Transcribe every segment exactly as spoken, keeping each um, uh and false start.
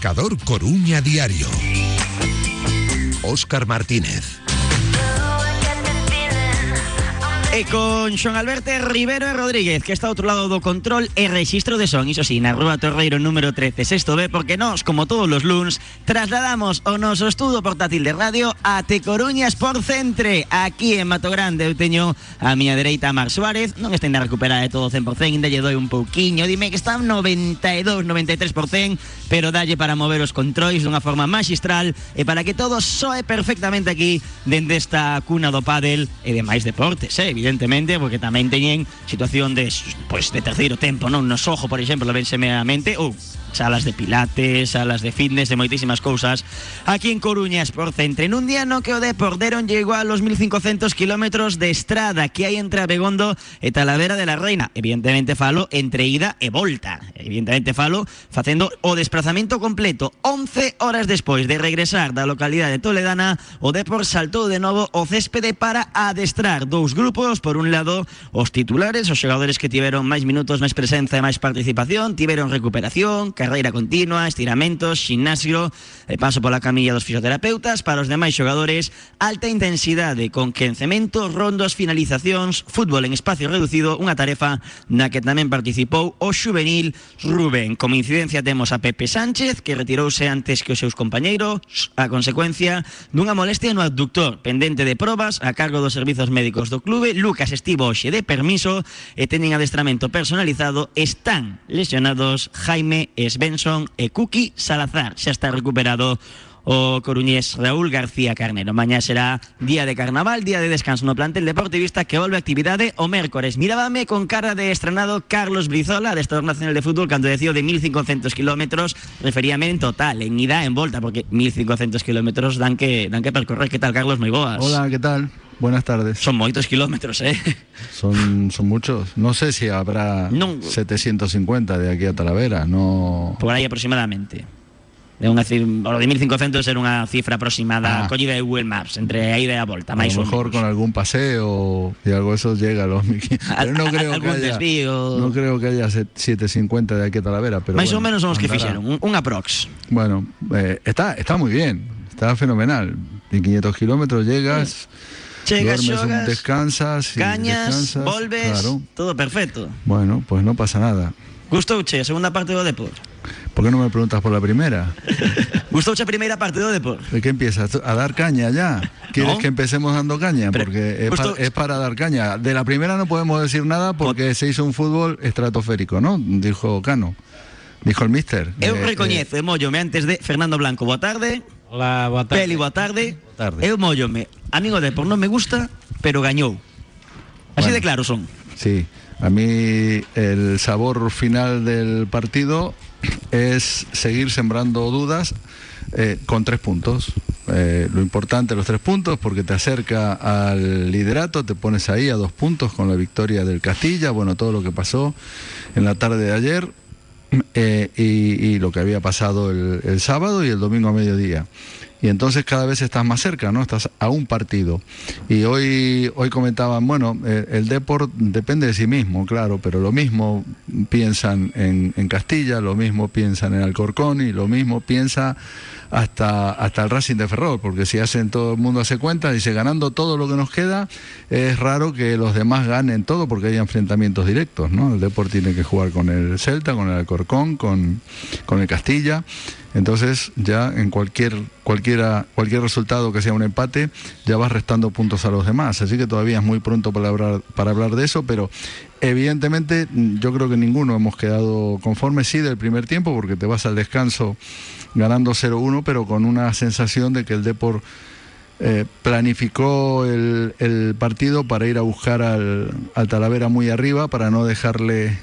Marcador Coruña Diario. Óscar Martínez. E con Xoan Alberto Rivero e Rodríguez, que está ao outro lado do control e rexistro de son, iso sí, na Rúa Torreiro número trece, sexto B, porque nós, como todos os luns, trasladamos o noso estudo portátil de radio a Te Coruña Sport Centre, aquí en Mato Grande. Eu teño a miña dereita a Mar Suárez, non está ainda recuperada de todo cen por cen, ainda lle doi un pouquiño, dime que está noventa e dous, noventa e tres por cen, pero dalle para mover os controis dunha forma magistral e para que todo soe perfectamente aquí dende esta cuna do pádel e demais deportes, eh, evidentemente, porque tamén teñen situación de, pues, de terceiro tempo, non? No Sojo, por exemplo, vénseme a mente, ou salas de pilates, salas de fitness, de moitísimas cousas aquí en Coruña Sport Centre, nun día no que o Depor deron igual aos mil cincocentos kilómetros de estrada que hai entre Abegondo e Talavera de la Reina. Evidentemente falo entre ida e volta, evidentemente falo facendo o desplazamento completo. Once horas despois de regresar da localidade toledana, o Depor saltou de novo o céspede para adestrar dous grupos. Por un lado, os titulares, os xogadores que tiveron máis minutos, máis presenza e máis participación, tiveron recuperación, carreira continua, estiramentos, ximnasio, e paso pola camilla dos fisioterapeutas. Para os demais xogadores, alta intensidade con quencemento, rondos, finalizacións, fútbol en espacio reducido, unha tarefa na que tamén participou o xuvenil Rubén. Como incidencia temos a Pepe Sánchez, que retirouse antes que os seus compañeiros a consecuencia dunha molestia no abductor, pendente de probas a cargo dos servizos médicos do clube. Lucas estivo hoxe de permiso e teñen adestramento personalizado. Están lesionados Jaime Svensson e Kuki Salazar. Xa está recuperado o coruñés Raúl García Carnero. Mañá será día de carnaval, día de descanso no plantel deportivista, que volve a actividade o mércores. Mirábame con cara de estrenado Carlos Brizola, adestrador nacional de fútbol, cando decío de mil cincocentos kilómetros, referíame en total, en ida en volta, porque mil cincocentos kilómetros dan que, dan que percorrer. Que tal, Carlos? Moi boas. Hola, ¿qué tal? Buenas tardes. Son moitos kilómetros, eh? Son, son muchos. No sé si habrá non, setecientos cincuenta de aquí a Talavera, no... Por aí aproximadamente. De unha, o de mil cincocentos era unha cifra aproximada, ah. collida de Google Maps, entre a ida e a volta, máis ou menos. A lo mejor con algún paseo y algo eso llega a los mil quinientos. Pero no creo que haya, desvío. No creo que haya setecientos cincuenta de aquí a Talavera, pero máis bueno, ou menos son os que andará. fixeron, un, un aprox. Bueno, eh, está, está muy bien, está fenomenal. En quinientos kilómetros llegas... Sí. Chegas, duermes, xogas, descansas, cañas, descansas, volves, claro. Todo perfecto. Bueno, pues no pasa nada. Gustouche a segunda parte do Depor? ¿Por qué no me preguntas por la primera? Gustouche a primeira parte do Depor? ¿De qué empiezas? ¿A dar caña ya? ¿Quieres ¿No? que empecemos dando caña? Pero, porque es, para, es para dar caña. De la primera no podemos decir nada porque se hizo un fútbol estratosférico, ¿no? Dijo Cano. Dijo el míster. Eu eh, recoñezo, eh, mollome antes de Fernando Blanco, boa tarde. Hola, boa tarde. Peli, boa tarde. Boa tarde. Eu mollome. Amigo de por non me gusta, pero gañou. Así bueno, de claro son. Sí, a mí el sabor final del partido es seguir sembrando dudas eh, con tres puntos. Eh, lo importante, los tres puntos, porque te acerca al liderato, te pones ahí a dos puntos con la victoria del Castilla, bueno, todo lo que pasó en la tarde de ayer. Eh, y, y lo que había pasado el, el sábado y el domingo a mediodía. Y entonces cada vez estás más cerca, ¿no? Estás a un partido. Y hoy, hoy comentaban, bueno, eh, el Depor depende de sí mismo, claro, pero lo mismo piensan en, en Castilla, lo mismo piensan en Alcorcón y lo mismo piensa hasta, hasta el Racing de Ferrol, porque si hacen, todo el mundo hace cuenta, dice, ganando todo lo que nos queda, es raro que los demás ganen todo porque hay enfrentamientos directos, ¿no? El Depor tiene que jugar con el Celta, con el Alcorcón, con, con el Castilla. Entonces ya en cualquier cualquiera cualquier resultado que sea un empate ya vas restando puntos a los demás, así que todavía es muy pronto para hablar, para hablar de eso, pero evidentemente yo creo que ninguno hemos quedado conformes, sí, del primer tiempo, porque te vas al descanso ganando cero uno, pero con una sensación de que el Depor eh, planificó el, el partido para ir a buscar al, al Talavera muy arriba, para no dejarle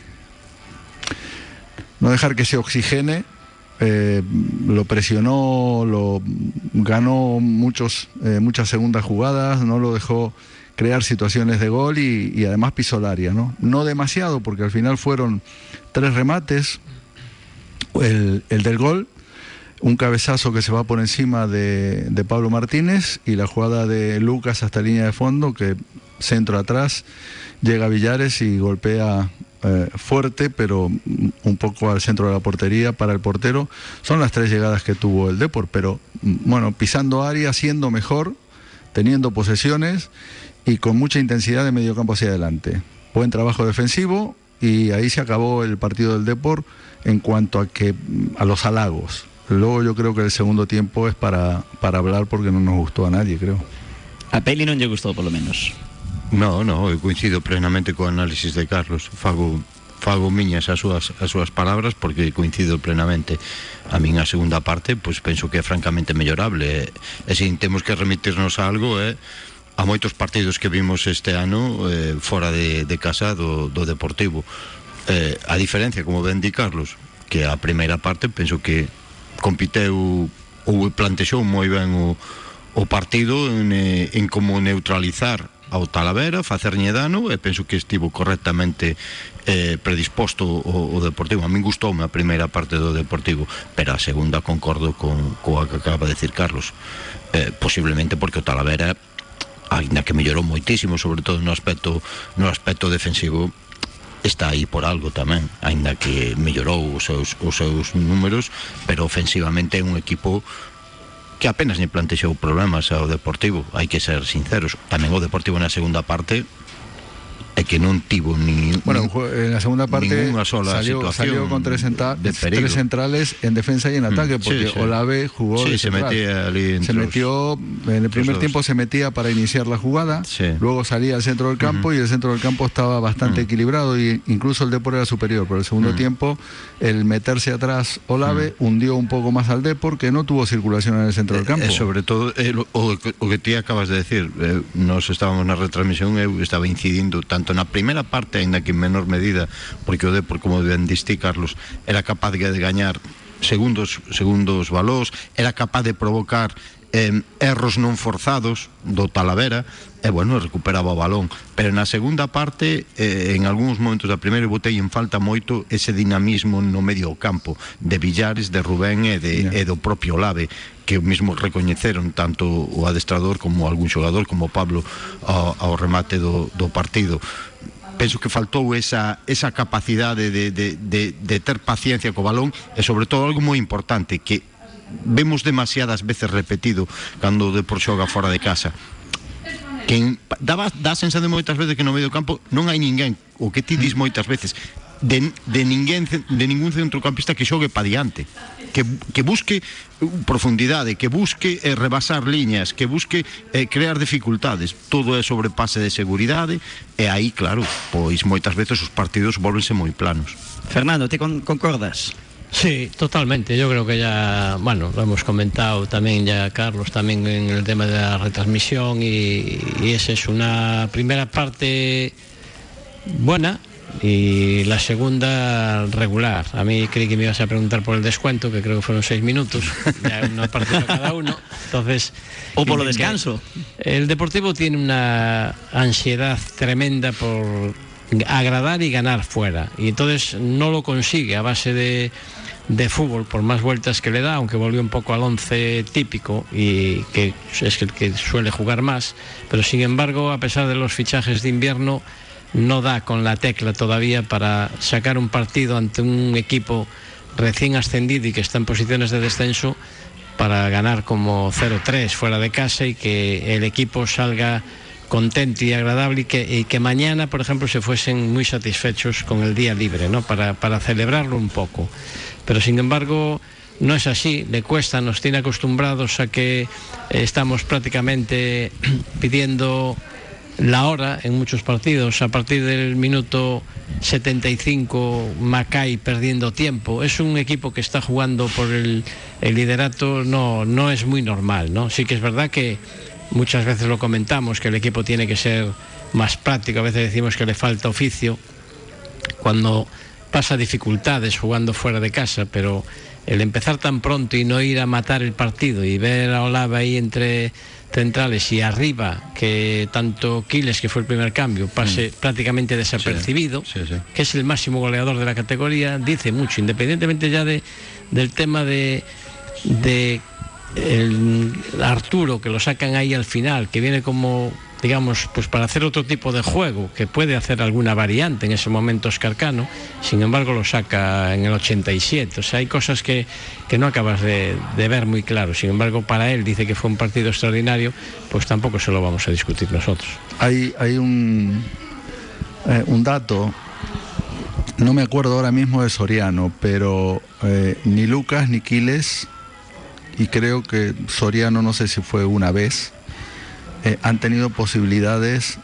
no dejar que se oxigene. Eh, lo presionó, lo ganó muchos, eh, muchas segundas jugadas, no lo dejó crear situaciones de gol y, y además pisó el área, ¿no? No demasiado, porque al final fueron tres remates, el, el del gol, un cabezazo que se va por encima de, de Pablo Martínez y la jugada de Lucas hasta línea de fondo, que centro atrás, llega Villares y golpea eh, fuerte, pero un poco al centro de la portería para el portero. Son las tres llegadas que tuvo el Depor, pero bueno, pisando área, siendo mejor, teniendo posesiones y con mucha intensidad de medio campo hacia adelante. Buen trabajo defensivo y ahí se acabó el partido del Depor en cuanto a que a los halagos. Luego yo creo que el segundo tiempo es para, para hablar porque no nos gustó a nadie, creo. A Peli non lle gustou, polo menos. No, no, eu coincido plenamente co análisis de Carlos. Fago fago miñas as súas as súas palabras porque coincido plenamente. A min a segunda parte, pois penso que é francamente mellorable. E, e se temos que remitirnos a algo, é a moitos partidos que vimos este ano eh, fora de, de casa do, do Deportivo. Eh, a diferencia, como ben di Carlos, que a primeira parte penso que compiteu ou plantexou moi ben o, o partido en, en como neutralizar ao Talavera, facerlle dano, e penso que estivo correctamente eh, predisposto o, o Deportivo. A min gustoume a primeira parte do Deportivo, pero a segunda concordo con coa que acaba de decir Carlos, eh, posiblemente porque o Talavera, ainda que mellorou moitísimo, sobre todo no aspecto no aspecto defensivo, está aí por algo tamén, aínda que mellorou os seus, os seus números, pero ofensivamente é un equipo que apenas ni plantexou problemas ao Deportivo, hai que ser sinceros. Tamén o Deportivo na segunda parte é que non tivo ni bueno, en la segunda parte sola salió, salió con tres, centra tres centrales en defensa y en ataque, porque sí, sí. Olave jugó sí, de se metía ali se metió en el primer tiempo, se metía para iniciar la jugada, sí. Luego salía al centro del campo, uh-huh. Y el centro del campo estaba bastante uh-huh. equilibrado y incluso el Depor era superior, pero el segundo uh-huh. tiempo el meterse atrás Olave uh-huh. hundió un poco más al Depor, que no tuvo circulación en el centro del campo. Eh, sobre todo eh, o, o que ti acabas de decir, eh, nos estábamos na retransmisión, eu estaba incidindo tanto na primeira parte, ainda que en menor medida, porque o Depor, como ben diste, Carlos, era capaz de gañar segundos segundos balós, era capaz de provocar eh, erros non forzados do Talavera, e bueno, recuperaba o balón, pero na segunda parte eh, en algúns momentos da primeira botei en falta moito ese dinamismo no medio campo de Villares, de Rubén e, de, yeah. e do propio Olave, que mesmo recoñeceron tanto o adestrador como algún xogador como Pablo ao, ao remate do, do partido. Penso que faltou esa, esa capacidade de, de, de, de ter paciencia co balón e sobre todo algo moi importante que vemos demasiadas veces repetido cando o Depor xoga fora de casa, que dá, dá a sensación moitas veces que no medio campo non hai ninguén, o que ti dis moitas veces, de, de, ninguén, de ningún centrocampista que xogue pa diante, que, que busque profundidade, que busque eh, rebasar liñas, que busque eh, crear dificultades. Todo é sobrepase de seguridade, e aí, claro, pois moitas veces os partidos volvense moi planos. Fernando, te con concordas? Sí, totalmente. Yo creo que ya, bueno, lo hemos comentado también ya Carlos, también en el tema de la retransmisión, y, y esa es una primera parte buena y la segunda regular. A mí creí que me ibas a preguntar por el descuento, que creo que fueron seis minutos, ya una parte para cada uno. Entonces, o por lo descanso. El Deportivo tiene una ansiedad tremenda por agradar y ganar fuera, y entonces no lo consigue a base de de fútbol, por más vueltas que le da, aunque volvió un poco al once típico y que es el que suele jugar más, pero sin embargo, a pesar de los fichajes de invierno, no da con la tecla todavía para sacar un partido ante un equipo recién ascendido y que está en posiciones de descenso, para ganar como cero tres fuera de casa y que el equipo salga contento y agradable, y que, y que mañana, por ejemplo, se fuesen muy satisfechos con el día libre, ¿no? Para, para celebrarlo un poco. Pero sin embargo no es así, le cuesta, nos tiene acostumbrados a que eh, estamos prácticamente pidiendo la hora en muchos partidos. A partir del minuto setenta y cinco, Macay perdiendo tiempo. Es un equipo que está jugando por el, el liderato, no, no es muy normal, ¿no? Sí que es verdad que muchas veces lo comentamos, que el equipo tiene que ser más práctico, a veces decimos que le falta oficio cuando pasa dificultades jugando fuera de casa, pero el empezar tan pronto y no ir a matar el partido y ver a Olave ahí entre centrales y arriba, que tanto Quiles, que fue el primer cambio, pase mm. prácticamente desapercibido, sí, sí, sí. que es el máximo goleador de la categoría, dice mucho, independientemente ya de, del tema de, de el Arturo, que lo sacan ahí al final, que viene como digamos, pues para hacer otro tipo de juego, que puede hacer alguna variante en ese momento Óscar Cano, sin embargo lo saca en el ochenta y siete. O sea, hay cosas que, que no acabas de, de ver muy claro. Sin embargo, para él dice que fue un partido extraordinario, pues tampoco se lo vamos a discutir nosotros. Hay, hay un, eh, un dato, no me acuerdo ahora mismo de Soriano, pero eh, ni Lucas ni Quiles, y creo que Soriano, no sé si fue una vez, eh, han tenido posibilidades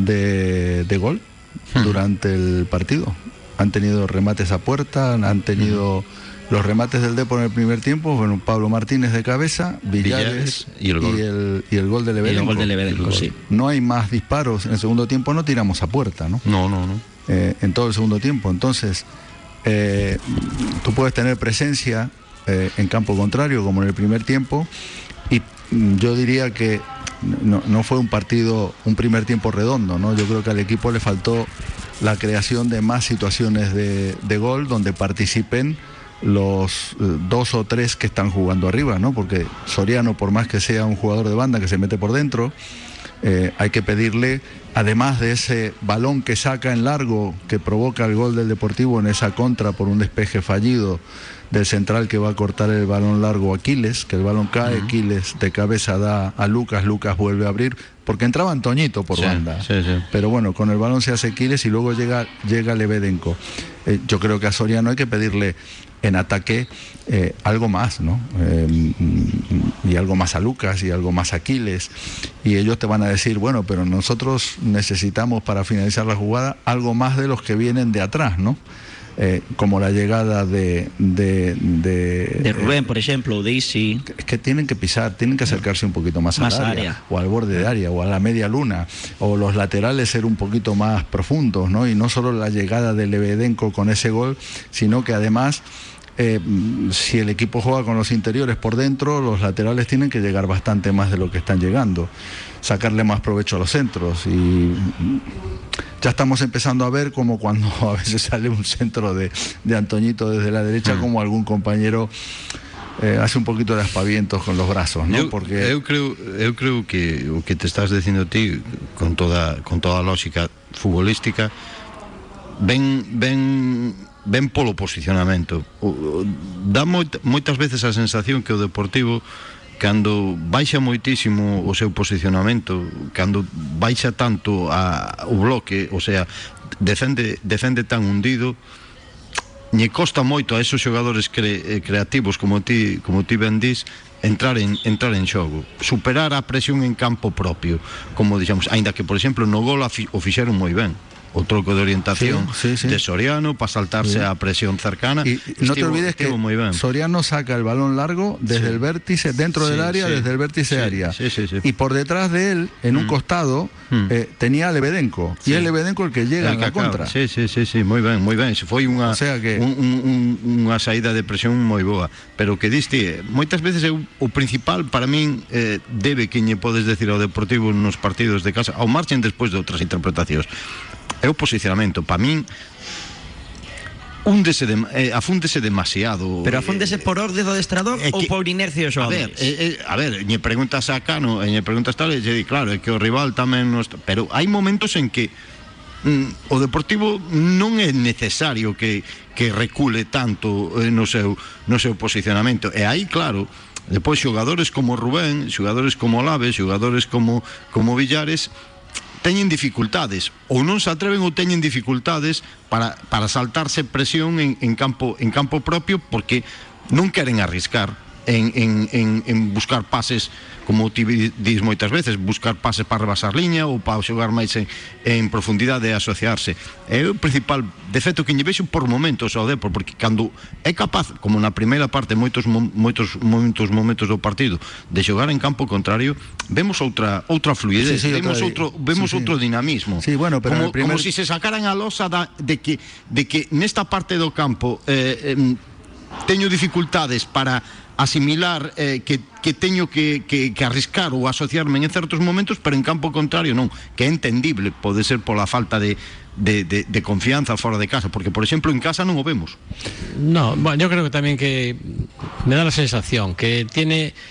de, de gol uh-huh. durante el partido. Han tenido remates a puerta, han tenido... Uh-huh. Los remates del Depor en el primer tiempo, bueno, Pablo Martínez de cabeza, Villares, Villares y, el gol. Y, el, y el gol de Lebedenko. Y el gol de Lebedenko, sí. No hay más disparos. En el segundo tiempo no tiramos a puerta, ¿no? No, no, no. Eh, en todo el segundo tiempo. Entonces, eh, tú puedes tener presencia eh, en campo contrario, como en el primer tiempo, y yo diría que no, no fue un partido, un primer tiempo redondo, ¿no? Yo creo que al equipo le faltó la creación de más situaciones de, de gol donde participen los eh, dos o tres que están jugando arriba, ¿no? Porque Soriano, por más que sea un jugador de banda que se mete por dentro, eh, hay que pedirle, además de ese balón que saca en largo, que provoca el gol del Deportivo en esa contra por un despeje fallido del central que va a cortar el balón largo a Quiles, que el balón cae, uh-huh. Quiles de cabeza da a Lucas, Lucas vuelve a abrir, porque entraba Antoñito por sí, banda, sí, sí. pero bueno, con el balón se hace Quiles y luego llega, llega Lebedenko. Eh, yo creo que a Soriano hay que pedirle en ataque eh, algo más, ¿no? Eh, y algo más a Lucas y algo más a Quiles, y ellos te van a decir, bueno, pero nosotros necesitamos para finalizar la jugada algo más de los que vienen de atrás, ¿no? Eh, como la llegada de de, de, de Rubén, eh, por ejemplo, de Isi. Es que tienen que pisar, tienen que acercarse un poquito más, más al área, área, o al borde de área, o a la media luna, o los laterales ser un poquito más profundos, ¿no? Y no solo la llegada de Lebedenko con ese gol, sino que además, eh, si el equipo juega con los interiores por dentro, los laterales tienen que llegar bastante más de lo que están llegando, sacarle más provecho a los centros. Y ya estamos empezando a ver como cuando a veces sale un centro de, de Antoñito desde la derecha, mm. como algún compañero eh, hace un poquito de aspavientos con los brazos, ¿no? Eu, Porque eu creo, eu creo que o que te estás dicindo ti con toda con toda a lógica futbolística ven ven ven polo posicionamento. O, dá moit, moitas veces a sensación que o Deportivo, cando baixa moitísimo o seu posicionamento, cando baixa tanto a, o bloque, o sea, defende, defende tan hundido, lle costa moito a esos xogadores cre, creativos como ti, como ti ben dis, entrar en, entrar en xogo, superar a presión en campo propio, como dixemos, aínda que, por exemplo, no gol o fixeron moi ben. O troco de orientación sí, sí, sí. de Soriano para saltarse sí. a presión cercana. Y, y no te olvides que Soriano saca el balón largo desde sí. el vértice, dentro sí, del área, sí. desde el vértice sí, área. Sí, sí, sí. Y por detrás de él, en mm. un costado, mm. eh, tenía a Lebedenko. Sí. Y es Lebedenko el que llega en la contra. Sí, sí, sí, sí, moi ben, moi ben. Se foi unha, o sea que... un, un, unha saída de presión moi boa. Pero que diste, moitas veces eu, o principal para min eh, debe que lle podes decir ao Deportivo nos partidos de casa, ao marchen despois de outras interpretacións, é o posicionamento. Para min húndese de, eh, afúndese demasiado. Pero afúndese eh, por orde do adestrador eh, ou por inercia os xogadores? A ver, eh, eh, a ver, lle preguntas a Cano, e lle preguntas tal, e lle di, claro, é que o rival tamén nos... Pero hai momentos en que mm, o Deportivo non é necesario que, que recule tanto eh, no, seu, no seu posicionamento. E aí, claro, depois xogadores como Rubén, xogadores como Olaves, xogadores como, como Villares teñen dificultades, ou non se atreven ou teñen dificultades para, para saltarse presión en, en, campo, en campo propio, porque non queren arriscar en, en, en, en buscar pases, como ti dis moitas veces, buscar pases para rebasar liña ou para xogar máis en, en profundidade e asociarse. É o principal defecto que lle vexo por momentos ao Depor, porque cando é capaz, como na primeira parte, moitos moitos momentos momentos do partido, de xogar en campo contrario, vemos outra outra fluidez, sí, sí, vemos otra, outro vemos sí, outro sí. dinamismo. Sí, bueno, pero como, primer... como si se sacaran a losa da, de que de que nesta parte do campo eh, eh, teño dificultades para asimilar eh, que, que teño que, que, que arriscar ou asociarme en certos momentos, pero en campo contrario non, que é entendible, pode ser pola falta de, de, de, de confianza fora de casa, porque por exemplo en casa non o vemos. No, bueno, yo creo que tamén que me da la sensación que tiene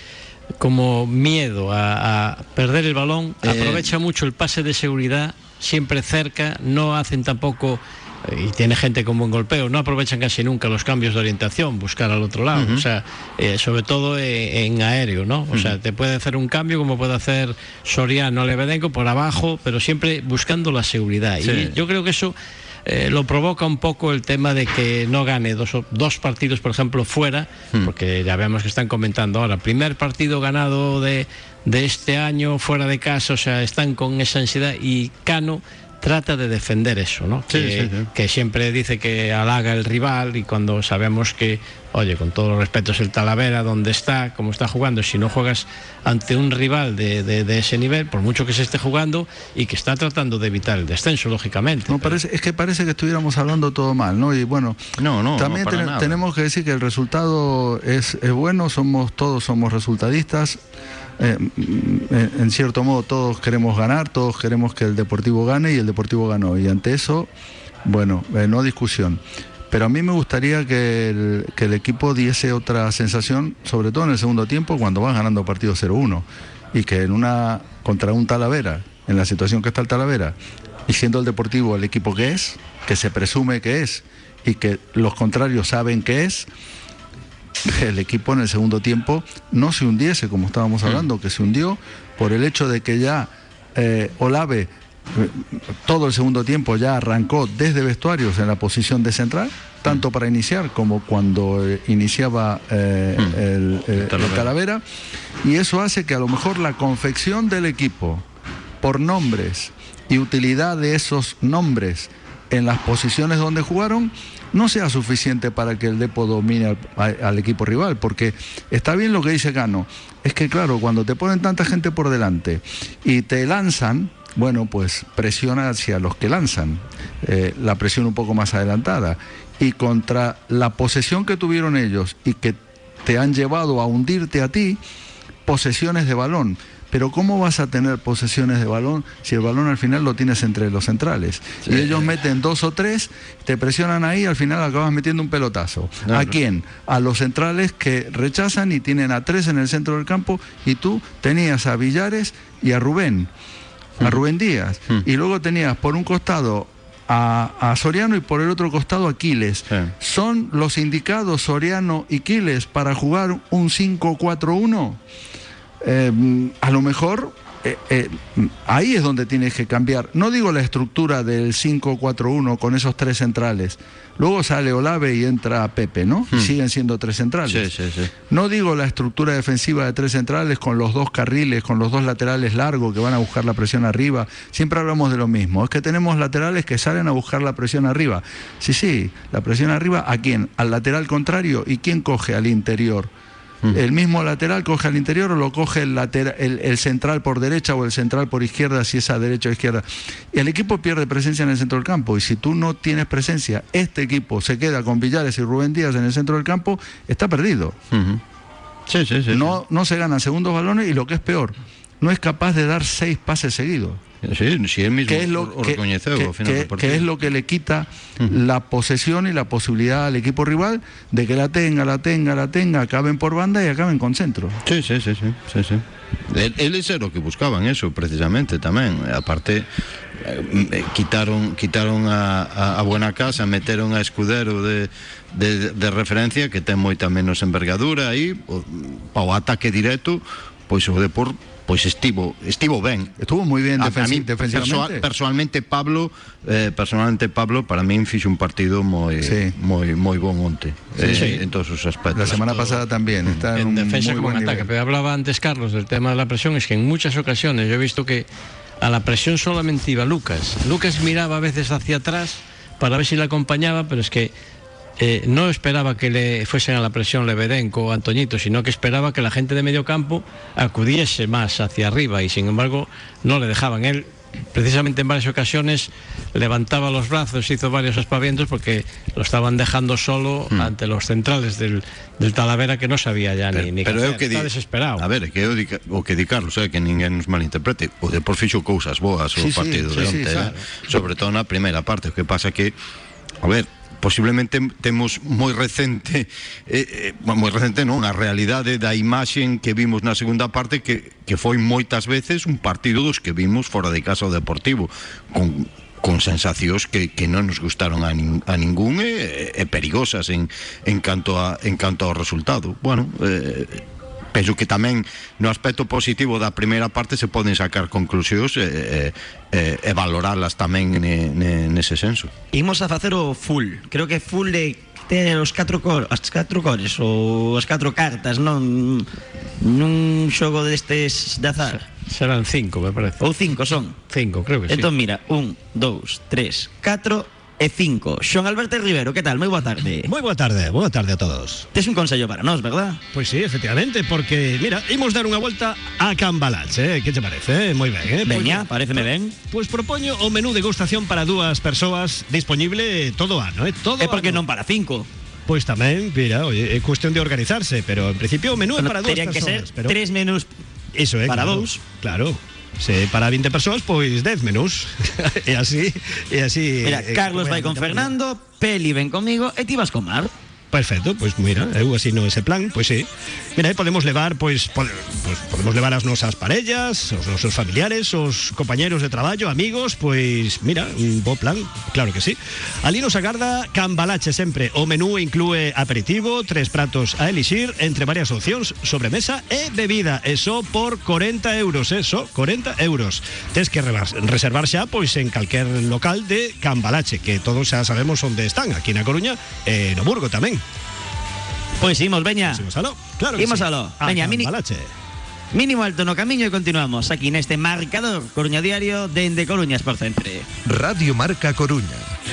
como miedo a, a perder el balón, Eh, aprovecha mucho el pase de seguridad, siempre cerca, no hacen tampoco, y tiene gente con buen golpeo, no aprovechan casi nunca los cambios de orientación, buscar al otro lado, uh-huh. o sea, eh, sobre todo en, en aéreo, ¿no? O uh-huh. sea, te puede hacer un cambio como puede hacer Soriano, Lebedenko por abajo, pero siempre buscando la seguridad. Sí. Y yo creo que eso eh, lo provoca un poco el tema de que no gane dos, dos partidos, por ejemplo, fuera, uh-huh. porque ya vemos que están comentando ahora, primer partido ganado de, de este año fuera de casa, o sea, están con esa ansiedad y Cano trata de defender eso, ¿no? Sí, que, sí, sí. que siempre dice que halaga el rival y cuando sabemos que, oye, con todos los respetos, el Talavera, donde está, como está jugando, si no juegas ante un rival de, de, de ese nivel, por mucho que se esté jugando y que está tratando de evitar el descenso, lógicamente. No, pero... parece, es que parece que estuviéramos hablando todo mal, ¿no? Y bueno, no, no, también no ten, tenemos que decir que el resultado es, es bueno, somos todos somos resultadistas. Eh, en cierto modo todos queremos ganar, todos queremos que el Deportivo gane y el Deportivo ganó, y ante eso, bueno, eh, no discusión, pero a mí me gustaría que el, que el equipo diese otra sensación, sobre todo en el segundo tiempo, cuando vas ganando partido cero uno, y que en una contra un Talavera, en la situación que está el Talavera, y siendo el Deportivo el equipo que es, que se presume que es, y que los contrarios saben que es, el equipo en el segundo tiempo no se hundiese, como estábamos hablando, que se hundió por el hecho de que ya eh, Olave eh, todo el segundo tiempo ya arrancó desde vestuarios en la posición de central, tanto para iniciar como cuando eh, iniciaba eh, mm. el, el, el, el Talavera, y eso hace que a lo mejor la confección del equipo por nombres y utilidad de esos nombres en las posiciones donde jugaron no sea suficiente para que el Depo domine al, al equipo rival, porque está bien lo que dice Cano, es que claro, cuando te ponen tanta gente por delante y te lanzan, bueno, pues presiona hacia los que lanzan, eh, la presión un poco más adelantada, y contra la posesión que tuvieron ellos y que te han llevado a hundirte a ti, posesiones de balón. Pero ¿cómo vas a tener posesiones de balón si el balón al final lo tienes entre los centrales? Sí. Y ellos meten dos o tres, te presionan ahí y al final acabas metiendo un pelotazo. No, ¿A no. quién? A los centrales que rechazan y tienen a tres en el centro del campo, y tú tenías a Villares y a Rubén, a mm. Rubén Díaz. Mm. Y luego tenías por un costado a, a Soriano y por el otro costado a Quiles. Sí. ¿Son los indicados Soriano y Quiles para jugar un cinco cuatro uno? Eh, a lo mejor eh, eh, ahí es donde tienes que cambiar, no digo la estructura del cinco cuatro uno con esos tres centrales, luego sale Olave y entra Pepe, ¿no? Hmm. Y siguen siendo tres centrales. Sí, sí, sí. No digo la estructura defensiva de tres centrales con los dos carriles, con los dos laterales largos que van a buscar la presión arriba. Siempre hablamos de lo mismo, es que tenemos laterales que salen a buscar la presión arriba. Sí, sí, la presión arriba, ¿a quién? Al lateral contrario. ¿Y quién coge al interior? ¿El mismo lateral coge al interior o lo coge el, lateral, el, el central por derecha o el central por izquierda, si es a derecha o izquierda? Y el equipo pierde presencia en el centro del campo, y si tú no tienes presencia, este equipo se queda con Villares y Rubén Díaz en el centro del campo, está perdido. Uh-huh. Sí, sí, sí, no, sí. no se ganan segundos balones, y lo que es peor, no es capaz de dar seis pases seguidos. Sí, sí, él mismo que es lo, o que, recoñeceu que, ao final que, do partido. que es lo que le quita uh-huh. la posesión y la posibilidad al equipo rival de que la tenga, la tenga, la tenga, acaben por banda y acaben con centro. Sí, sí, sí, sí, sí, sí. Eles era o que buscaban eso, precisamente, tamén. Aparte, eh, quitaron quitaron a, a, a Buena Casa, meteron a Escudero de, de, de referencia, que ten moita menos envergadura aí, para o ataque directo, pois o Depor pois estivo estivo ben. Estuvo moi ben defensi- a, a mí, defensivamente. Persoal, personalmente Pablo, eh, personalmente Pablo para min fixo un partido moi sí. moi moi bon onte. Sí, eh, sí. En todos os aspectos. La semana Todo. pasada también está en, en un defensa muy como en ataque. Pero hablaba antes Carlos del tema de la presión, es que en muchas ocasiones yo he visto que a la presión solamente iba Lucas. Lucas miraba a veces hacia atrás para ver si la acompañaba, pero es que Eh, no esperaba que le fuesen a la presión Lebedenko o Antoñito, sino que esperaba que la gente de medio campo acudiese más hacia arriba, y sin embargo no le dejaban. Él precisamente en varias ocasiones levantaba los brazos, hizo varios aspavientos porque lo estaban dejando solo mm. ante los centrales del, del Talavera, que no sabía ya pero, ni, ni pero que hacer. Que está di, desesperado. A ver, que o, di, o que di Carlos, eh, que ninguén nos malinterprete, o de por fixo cousas boas o sí, partido sí, de sí, onte, sí, eh, claro. sobre todo na primeira parte. O que pasa que, a ver, posiblemente temos moi recente eh, eh, moi recente non, a realidade da imaxen que vimos na segunda parte que, que foi moitas veces un partido dos que vimos fora de casa o Deportivo con, con sensacións que, que non nos gustaron a, nin, a ningún e, e perigosas en, en, canto a, en canto ao resultado. Bueno, eh, penso que tamén no aspecto positivo da primeira parte se poden sacar conclusións e, e, e valoralas tamén ne, ne, nese senso. Imos a facer o full, creo que full de ter os catro cor, as catro cores ou as catro cartas, non nun xogo destes de azar. Serán cinco, me parece. Ou cinco son. Cinco, creo que sí. Entón mira, un, dous, tres, catro e cinco. Xoan Alberto Rivero, que tal? Moi boa tarde. Moi boa tarde, boa tarde a todos. Tes un consello para nós, verdad? Pois sí, efectivamente, porque, mira, imos dar unha volta a Cambalache, eh? Que te parece? Moi ben, eh? Veña, pareceme ben. Pois propoño o menú degustación para dúas persoas disponible todo ano, eh? Todo É porque ano. non para cinco. Pois tamén, mira, oye, é cuestión de organizarse, pero en principio o menú é Bueno, para dúas terían que ser persoas, pero tres menús. Iso é, para claro, dous. Claro. Se para vinte persoas, pois dez menús. E así, e así. Mira, eh, Carlos como vai é, con Fernando, Peli ven comigo e ti vas con Mar. Perfecto, pois pues mira, eu así no ese plan, pois pues sí. Mira, aí podemos levar, pois, pues, pues podemos levar as nosas parellas, os nosos familiares, os compañeros de traballo, amigos, pois, mira, un bo plan, claro que sí. Ali nos agarda Cambalache sempre. O menú inclúe aperitivo, tres pratos a elixir, entre varias opcións, sobremesa e bebida. Eso por corenta euros, eso, corenta euros. Tes que reservar xa, pois, en calquer local de Cambalache, que todos xa sabemos onde están, aquí na Coruña e no Burgo tamén. Pois imos, veña. Imos aló, claro que Imos sí. aló. A Veña, mini, Cambalache. mínimo alto no camiño e continuamos aquí neste marcador Coruña Diario dende Coruñas por Centre. Radio Marca Coruña.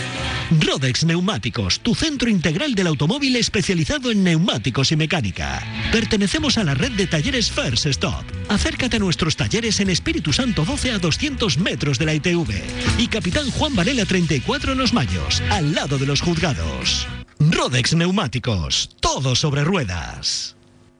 Rodex Neumáticos, tu centro integral del automóvil especializado en neumáticos y mecánica. Pertenecemos a la red de talleres First Stop. Acércate a nuestros talleres en Espíritu Santo doce a doscientos metros de la I T V y Capitán Juan Varela treinta y cuatro en Los Mayos, al lado de los juzgados. Rodex Neumáticos, todo sobre ruedas.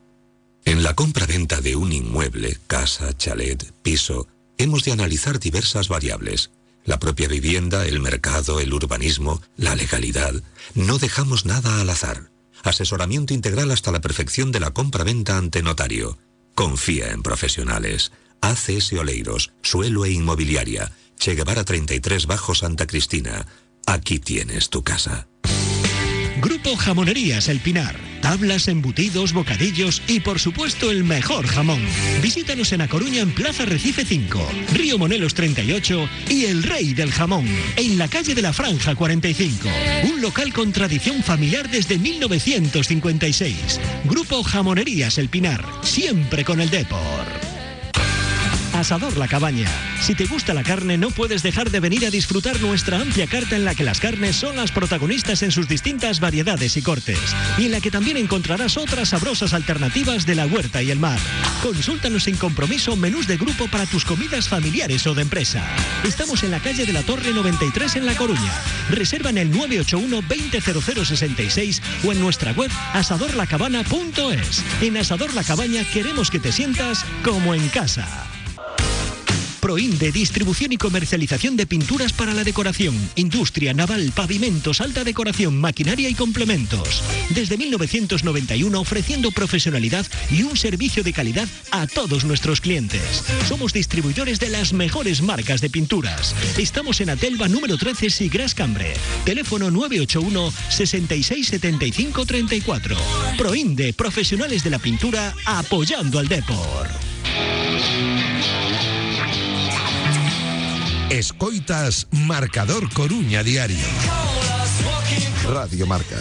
En la compra-venta de un inmueble, casa, chalet, piso, hemos de analizar diversas variables. La propia vivienda, el mercado, el urbanismo, la legalidad. No dejamos nada al azar. Asesoramiento integral hasta la perfección de la compra-venta ante notario. Confía en profesionales. A C S Oleiros, Suelo e Inmobiliaria. Che Guevara treinta y tres Bajo Santa Cristina. Aquí tienes tu casa. Grupo Jamonerías El Pinar. Tablas, embutidos, bocadillos y por supuesto el mejor jamón. Visítanos en A Coruña en Plaza Recife cinco, Río Monelos treinta y ocho y El Rey del Jamón, en la calle de la Franja cuarenta y cinco. Un local con tradición familiar desde mil novecientos cincuenta y seis. Grupo Jamonerías El Pinar, siempre con el Depor. Asador La Cabaña. Si te gusta la carne, no puedes dejar de venir a disfrutar nuestra amplia carta en la que las carnes son las protagonistas en sus distintas variedades y cortes, y en la que también encontrarás otras sabrosas alternativas de la huerta y el mar. Consúltanos sin compromiso menús de grupo para tus comidas familiares o de empresa. Estamos en la calle de la Torre noventa y tres en La Coruña. Reserva en el nueve ocho uno veinte cero cero sesenta y seis o en nuestra web asador la cabana punto es. En Asador La Cabaña queremos que te sientas como en casa. Proinde, distribución y comercialización de pinturas para la decoración, industria, naval, pavimentos, alta decoración, maquinaria y complementos. Desde mil novecientos noventa y uno ofreciendo profesionalidad y un servicio de calidad a todos nuestros clientes. Somos distribuidores de las mejores marcas de pinturas. Estamos en Atelva número trece Sigras Cambre. Teléfono nueve ocho uno sesenta y seis setenta y cinco treinta y cuatro. Proinde, profesionales de la pintura apoyando al Depor. Escoitas Marcador Coruña Diario. Radio Marca.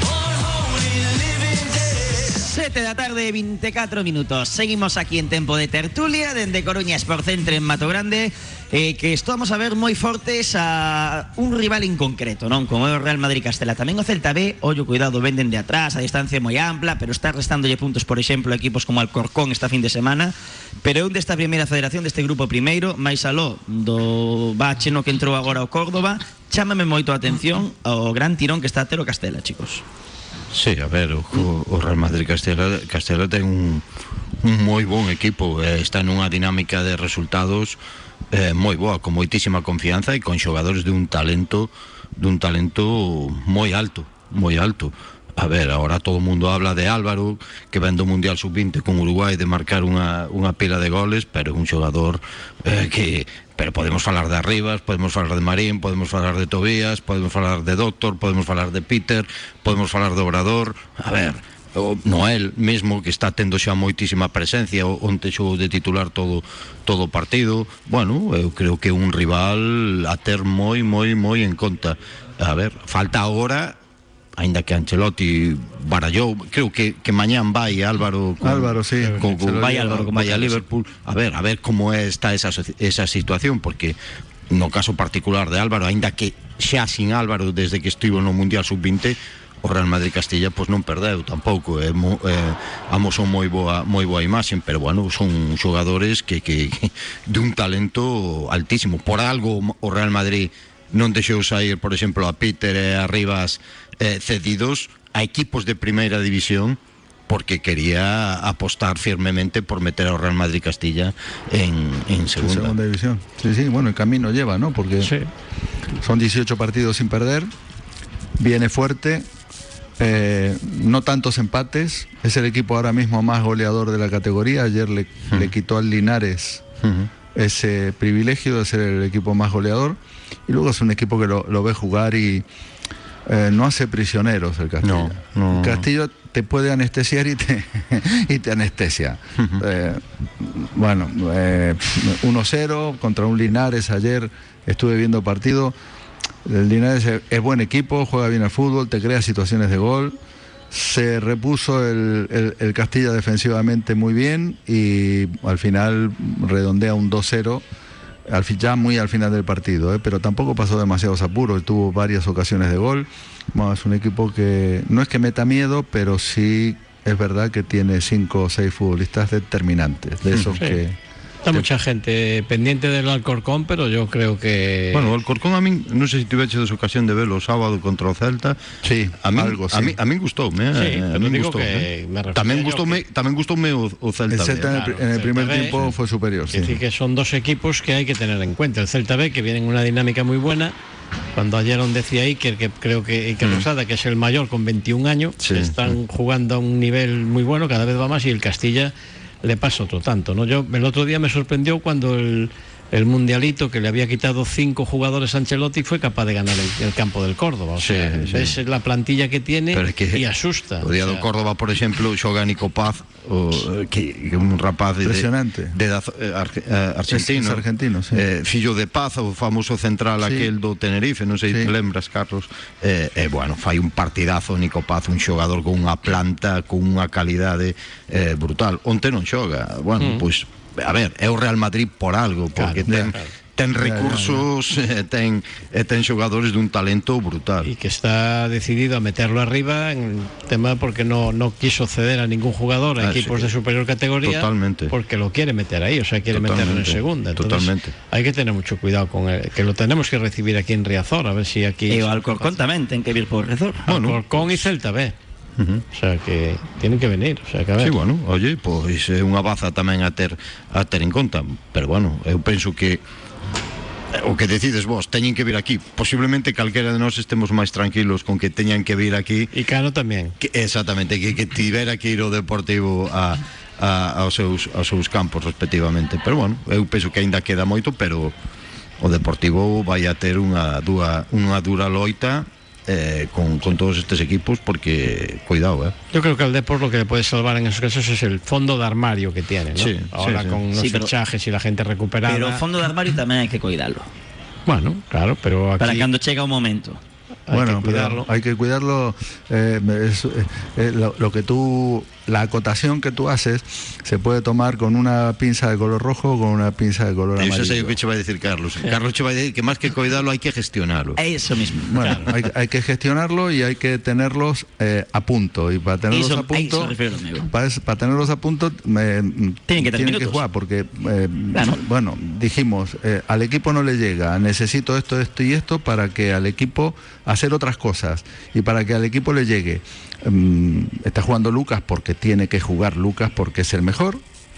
sete da tarde, veinticuatro minutos. Seguimos aquí en tempo de tertulia dende Coruña Sport Centre en Mato Grande, eh, que estamos a ver moi fortes a un rival en concreto, non? Como é o Real Madrid Castela. Tamén o Celta B, ollo, cuidado, venden de atrás, a distancia moi ampla, pero está restándolle puntos, por exemplo, a equipos como Alcorcón esta fin de semana. Pero é un desta primeira federación, deste grupo primeiro, máis aló do bache no que entrou agora o Córdoba. Chámame moito a atención ao gran tirón que está a ter o Castela, chicos. Sí, a ver, o, o Real Madrid Castela, Castela ten un, un moi bon equipo, eh, está nunha dinámica de resultados eh, moi boa, con moitísima confianza e con xogadores de un talento dun talento moi alto, moi alto. A ver, ahora todo o mundo habla de Álvaro, que ven do Mundial sub veinte con Uruguai de marcar unha, unha pila de goles, pero é un xogador eh, que... Pero podemos falar de Arribas, podemos falar de Marín, podemos falar de Tobías, podemos falar de Doctor, podemos falar de Peter, podemos falar de Obrador. A ver, o Noel mesmo, que está tendo xa moitísima presencia, onte xogou de titular todo todo o partido. Bueno, eu creo que é un rival a ter moi, moi, moi en conta. A ver, falta agora, ainda que Ancelotti barallou, creo que, que mañán vai Álvaro con, Álvaro, sí, con, con, vai Álvaro con vai a Boca, Liverpool, a ver, a ver como está esa, esa situación, porque no caso particular de Álvaro, ainda que xa sin Álvaro desde que estivo no Mundial sub veinte, o Real Madrid Castilla pois non perdeu tampouco, eh, mo, eh, amosou moi boa moi boa imaxe, pero bueno, son xogadores que, que, que de un talento altísimo. Por algo o Real Madrid non deixou sair, por exemplo, a Peter e a Rivas eh, cedidos a equipos de primeira división, porque quería apostar firmemente por meter ao Real Madrid Castilla en, en segunda. segunda división. Sí, sí, bueno, el camino lleva, ¿no? Porque sí. Son dieciocho partidos sin perder, viene fuerte, eh, no tantos empates, es el equipo ahora mismo más goleador de la categoría. Ayer le, uh-huh. le quitó al Linares uh-huh. ese privilegio de ser el equipo más goleador, y luego es un equipo que lo, lo ve jugar y eh, no hace prisioneros el Castillo. No, no. Castillo te puede anestesiar y te, y te anestesia. Uh-huh. eh, bueno, eh, uno cero contra un Linares. Ayer estuve viendo partido. El Linares es, es buen equipo, juega bien al fútbol, te crea situaciones de gol. Se repuso el, el, el Castilla defensivamente muy bien y al final redondea un dos cero, al, ya muy al final del partido, ¿eh? Pero tampoco pasó demasiados apuros, tuvo varias ocasiones de gol. Bueno, es un equipo que no es que meta miedo, pero sí es verdad que tiene cinco o seis futbolistas determinantes, de esos sí. que... Está mucha gente pendiente del Alcorcón, pero yo creo que... Bueno, el Alcorcón a mí, no sé si tuve hecho ocasión de verlo sábado contra o Celta. Sí, a mí, algo, sí. A mí, a mí gustoume, eh? Sí, a mí gustoume. Eh. Tamén gustoume, que... tamén gustoume o, o Celta. El Celta B, en el, claro, en el primer B, tiempo sí. fue superior, sí. Es decir, que son dos equipos que hay que tener en cuenta. El Celta B, que viene en una dinámica muy buena. Cuando ayer decía Iker, que creo que Iker mm. Rosada, que es el mayor con veintiún años, sí. están jugando a un nivel muy bueno, cada vez va más, y el Castilla le pasa otro tanto, ¿no? Yo el otro día me sorprendió cuando el, el mundialito que le había quitado cinco jugadores a Ancelotti fue capaz de ganar el, el campo del Córdoba. O sea, sí, sí. ves la plantilla que tiene que y asusta. O día do Córdoba, por exemplo, xoga Nico Paz, o, que un rapaz de, impresionante de, de, de ar, argentino, es, es argentino sí. eh, fillo de Paz, o famoso central sí. aquel do Tenerife, non sei se sí. te lembras, Carlos. Eh, eh, bueno, fai un partidazo Nico Paz, un xogador con unha planta, con unha calidade eh, brutal. Onte non xoga, bueno, mm. pois a ver, é o Real Madrid por algo, porque claro, ten, claro. ten recursos, eh, ten, eh, ten xogadores dun talento brutal. Y que está decidido a meterlo arriba en tema porque no, no quiso ceder a ningún jugador a ah, equipos sí. de superior categoría. Totalmente. Porque lo quiere meter ahí, o sea, quiere Totalmente. meterlo en segunda. Entonces, Totalmente. Hay que tener mucho cuidado con él, que lo tenemos que recibir aquí en Riazor, a ver si aquí... E o Alcorcón tamén ten que vir por Riazor. Bueno, Alcorcón e Celta B. Uh-huh. O sea que tienen que venir, o sea que a ver. Sí, bueno, oye, pois é unha baza tamén a ter a ter en conta, pero bueno, eu penso que o que decides vos, teñen que vir aquí. Posiblemente calquera de nós estemos máis tranquilos con que teñan que vir aquí. E Cano tamén. Que, exactamente, que, que tivera que ir o Deportivo a, a, aos, seus, aos seus campos respectivamente. Pero bueno, eu penso que aínda queda moito, pero o Deportivo vai a ter unha dura, unha dura loita Eh, con, con todos estos equipos, porque cuidado, eh. Yo creo que al Depor lo que le puede salvar en esos casos es el fondo de armario que tiene, ¿no? Sí, ahora sí, sí. con los sí, fichajes y la gente recuperada. Pero fondo de armario también hay que cuidarlo. Bueno, claro, pero aquí... Para cuando llega un momento. Hay bueno, que cuidarlo. Hay que cuidarlo. Eh, es, eh, lo, lo que tú, la acotación que tú haces, se puede tomar con una pinza de color rojo o con una pinza de color amarillo. Eso es lo que te va a decir Carlos. Sí. Carlos te va a decir que más que cuidarlo hay que gestionarlo. Eso mismo. Bueno, claro. hay, hay que gestionarlo y hay que tenerlos eh, a punto. Y para tenerlos eso, a punto, eso para, para tenerlos a punto, me, tienen que, tienen que jugar porque, eh, claro. bueno, dijimos, eh, al equipo no le llega, necesito esto, esto y esto para que al equipo hacer otras cosas y para que al equipo le llegue. Um, está jugando Lucas porque tiene que jugar Lucas porque es el mejor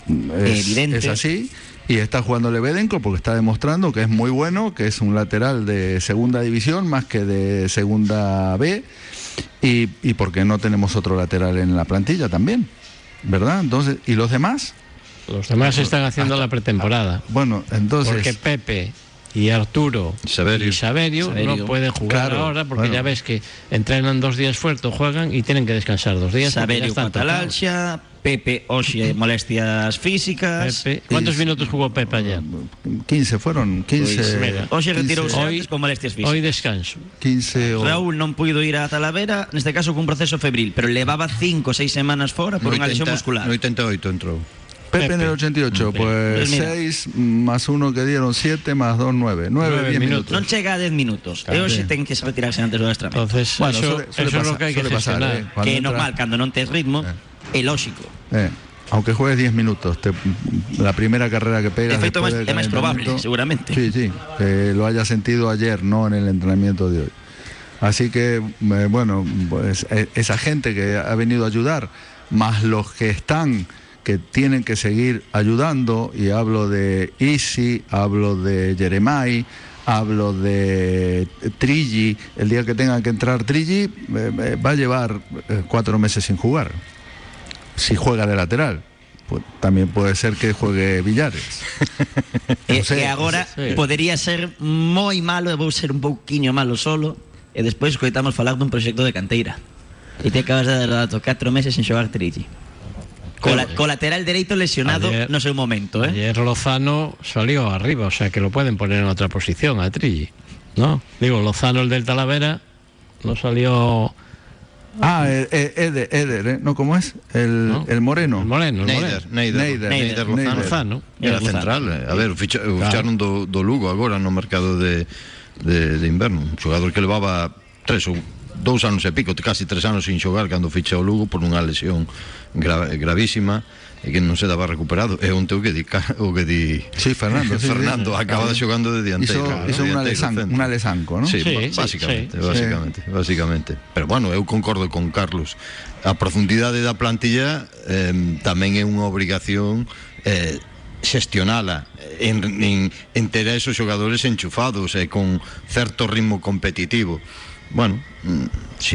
es, Evidente. es así. Y está jugando Lebedenko porque está demostrando que es muy bueno, que es un lateral de segunda división más que de segunda B. Y, y porque no tenemos otro lateral en la plantilla también, ¿verdad? Entonces, ¿y los demás? Los demás están haciendo la pretemporada. Bueno, entonces... Porque Pepe y Arturo Saberio. y Saberio, Saberio. no pueden jugar Claro, ahora porque bueno. ya ves que entrenan dos días fuerte, juegan y tienen que descansar dos días. porque ya Saberio están tocados. catalalgia, Pepe Oxe molestias físicas. Pepe. ¿Cuántos minutos jugó Pepe ayer? quince fueron, quince... Pois, mira, Oxe quince, retirouse Hoy- antes con molestias físicas. Hoy descanso. quince o... Raúl non puido ir a Talavera, neste caso cun proceso febril, pero levaba cinco ou seis semanas fora por unha lesión muscular. No oitenta e oito entrou. Pepe en Pepe. el ochenta y ocho, Pepe. pues Pues mira. seis más uno que dieron siete más dos, nueve. nueve, Nueve diez minutos. minutos. Non chega a dez minutos. E Claro. hoxe ten que retirarse antes do extra. Entonces, Bueno, eso, suele- suele eso es pasar, lo que hay que suele pasar, gestionar. ¿eh? Cuando Que é entra- normal, cando non tes ritmo, é lógico. Eh, aunque juegues diez minutos, te- la primera carrera que pegas... De feito, después é del máis probable, calentamiento- seguramente. Sí, sí, que lo haya sentido ayer, no en el entrenamiento de hoy. Así que, eh, bueno, pues eh, esa gente que ha venido a ayudar, más los que están, que tienen que seguir ayudando, y hablo de Isi, hablo de Jeremai, hablo de Trigi. El día que tenga que entrar Trigi, eh, eh, va a llevar eh, cuatro meses sin jugar. Si juega de lateral, pues también puede ser que juegue Villares. E, Non sei. e agora Sí. podería ser moi malo, e vou ser un pouquiño malo solo, e despois coitamos falar dun proxecto de canteira. E te acabas de dar dato catro meses sen xogar Trigi. Cola, colateral dereito lesionado Ayer- no seu momento, eh? Ayer Lozano salió arriba, o sea que lo pueden poner en otra posición a Trilli, ¿no? Digo, Lozano, el del Talavera, no salió... Ah, eh, eh, Eder, Eder, ¿eh? ¿No? ¿Cómo es? El, ¿no? el moreno. El moreno, el Neider, moreno. Neider, Neider, Neider, Neider, Lozano. Lozano. Era Lozano. central, eh. a ver, ficha, Claro. ficharon do, do Lugo agora no mercado de, de, de inverno, un xogador que levaba tres ou dous anos e pico, casi tres anos sin xogar cando ficha o Lugo por unha lesión gra, gravísima e que non se daba recuperado. É un teu que di, ca- o que di Sí, Fernando. sí, Fernando sí. acaba Claro. xogando de dianteiro. Hizo, hizo de una, dianteiro lesan, centro. una lesanco, ¿no? Sí, Sí, ba- sí, básicamente, sí. básicamente, básicamente. Pero bueno, eu concordo con Carlos. A profundidade da plantilla eh, tamén é unha obrigación eh, xestionala en, en, en ter a esos xogadores enchufados e eh, con certo ritmo competitivo. Bueno, mm,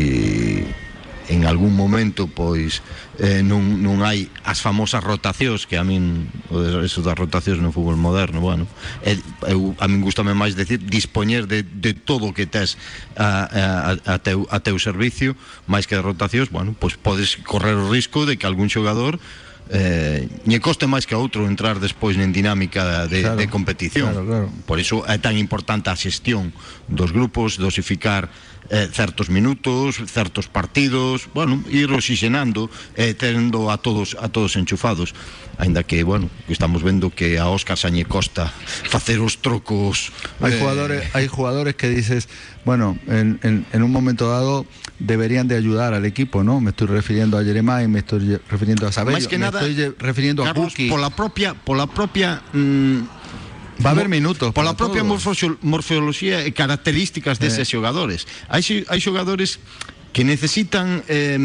si en algún momento pois eh, non, non hai as famosas rotacións, que a min o de- eso das rotacións no fútbol moderno, bueno, eh, eu, a min gustame máis decir dispoñer de, de todo o que tes a, a, a, teu, a teu servicio, máis que de rotacións. Bueno, pois podes correr o risco de que algún xogador eh, lle coste máis que a outro entrar despois en dinámica de, Claro, de competición. claro, claro. Por iso é tan importante a xestión dos grupos, dosificar eh, certos minutos, certos partidos, bueno, ir oxigenando, eh, tendo a todos a todos enchufados. Aínda que, bueno, estamos vendo que a Óscar Sañe Costa facer os trocos. Hay eh, jugadores, hay jugadores que dices, bueno, en, en, en un momento dado deberían de ayudar al equipo, ¿no? Me estoy refiriendo a Jeremai, me estoy ye- refiriendo a Saberio, máis que me nada, estoy ye- refiriendo Carlos, a Kuki. pola propia pola propia mm, Va a haber minutos pola para propia todos. morfo- morfoloxía e características deses Eh. xogadores. Hai xo- hai xogadores que necesitan eh,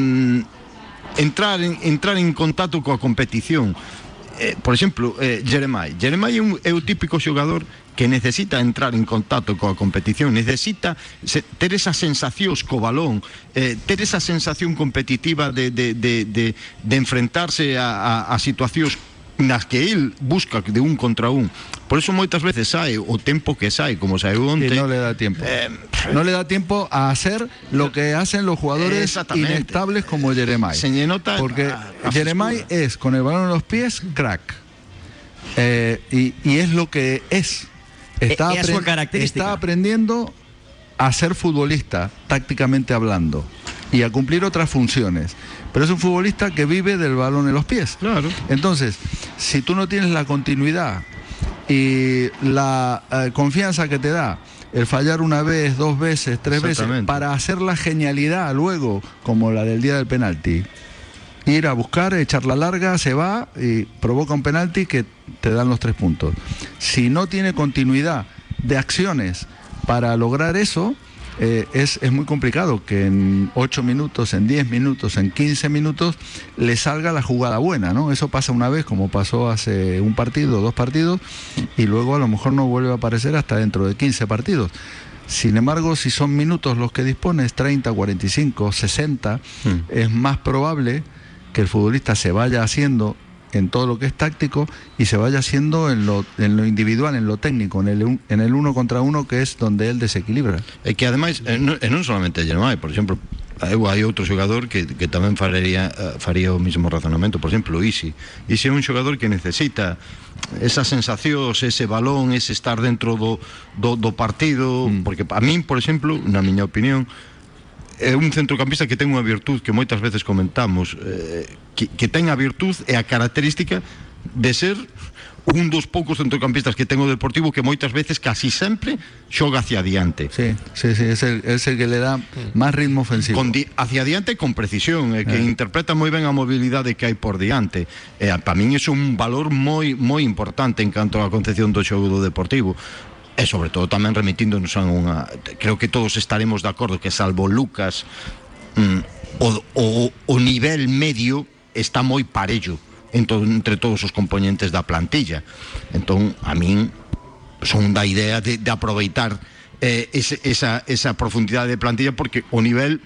entrar en entrar en contacto coa competición. Eh, por exemplo, eh, Jeremai. Jeremai é, un, é o típico xogador que necesita entrar en contacto coa competición, necesita se, ter esas sensacións co balón, eh, ter esa sensación competitiva de, de, de, de, de enfrentarse a, a, a situacións nas que el busca de un contra un. Por eso moitas veces sae o tempo que sae, como saeu Y onte. no le da tiempo. Eh, no le da tiempo a hacer lo que hacen los jugadores Exactamente. inestables como Jeremai. Se lle nota Porque a- a Jeremai frescura. es, con el balón en los pies, crack. Eh, y, y es lo que es. Está, E- e a súa apren- característica. está aprendiendo a ser futbolista, tácticamente hablando, y a cumplir otras funciones. Pero es un futbolista que vive del balón en los pies. Claro. Entonces, si tú no tienes la continuidad y la eh, confianza que te da el fallar una vez, dos veces, tres veces, Exactamente. para hacer la genialidad luego, como la del día del penalti, ir a buscar, echar la larga, se va y provoca un penalti que te dan los tres puntos. Si no tiene continuidad de acciones para lograr eso, eh, es, es muy complicado que en ocho minutos, en diez minutos, en quince minutos le salga la jugada buena, ¿no? Eso pasa una vez, como pasó hace un partido, dos partidos, y luego a lo mejor no vuelve a aparecer hasta dentro de quince partidos. Sin embargo, si son minutos los que dispones, treinta, cuarenta y cinco, sesenta, mm. es más probable que el futbolista se vaya haciendo en todo lo que es táctico y se vaya haciendo en lo, en lo individual, en lo técnico, en el, en el uno contra uno, que es donde él desequilibra. É que ademais, eh, non, non solamente Jeremai, por exemplo, hai outro xogador que, que tamén faría, faría o mismo razonamento, por exemplo, Isi. Isi é un xogador que necesita esas sensacións, ese balón, ese estar dentro do, do, do partido, mm. porque a min, por exemplo, na miña opinión, é un centrocampista que ten unha virtud que moitas veces comentamos, eh, que, que ten a virtud e a característica de ser un dos poucos centrocampistas que ten o Deportivo que moitas veces, casi sempre, xoga hacia adiante. Sí, sí, sí, es el, es el que le dá máis ritmo ofensivo. Con di, hacia adiante con precisión, eh, que eh. interpreta moi ben a mobilidade que hai por diante. Eh, para min é un valor moi moi importante en canto á concepción do xogo do Deportivo. E sobre todo tamén remitíndonos a unha... Creo que todos estaremos de acordo que salvo Lucas, mm, o, o, o nivel medio está moi parello entre todos os componentes da plantilla. Entón, a min son da idea de, de aproveitar eh, ese, esa, esa profundidade de plantilla, porque o nivel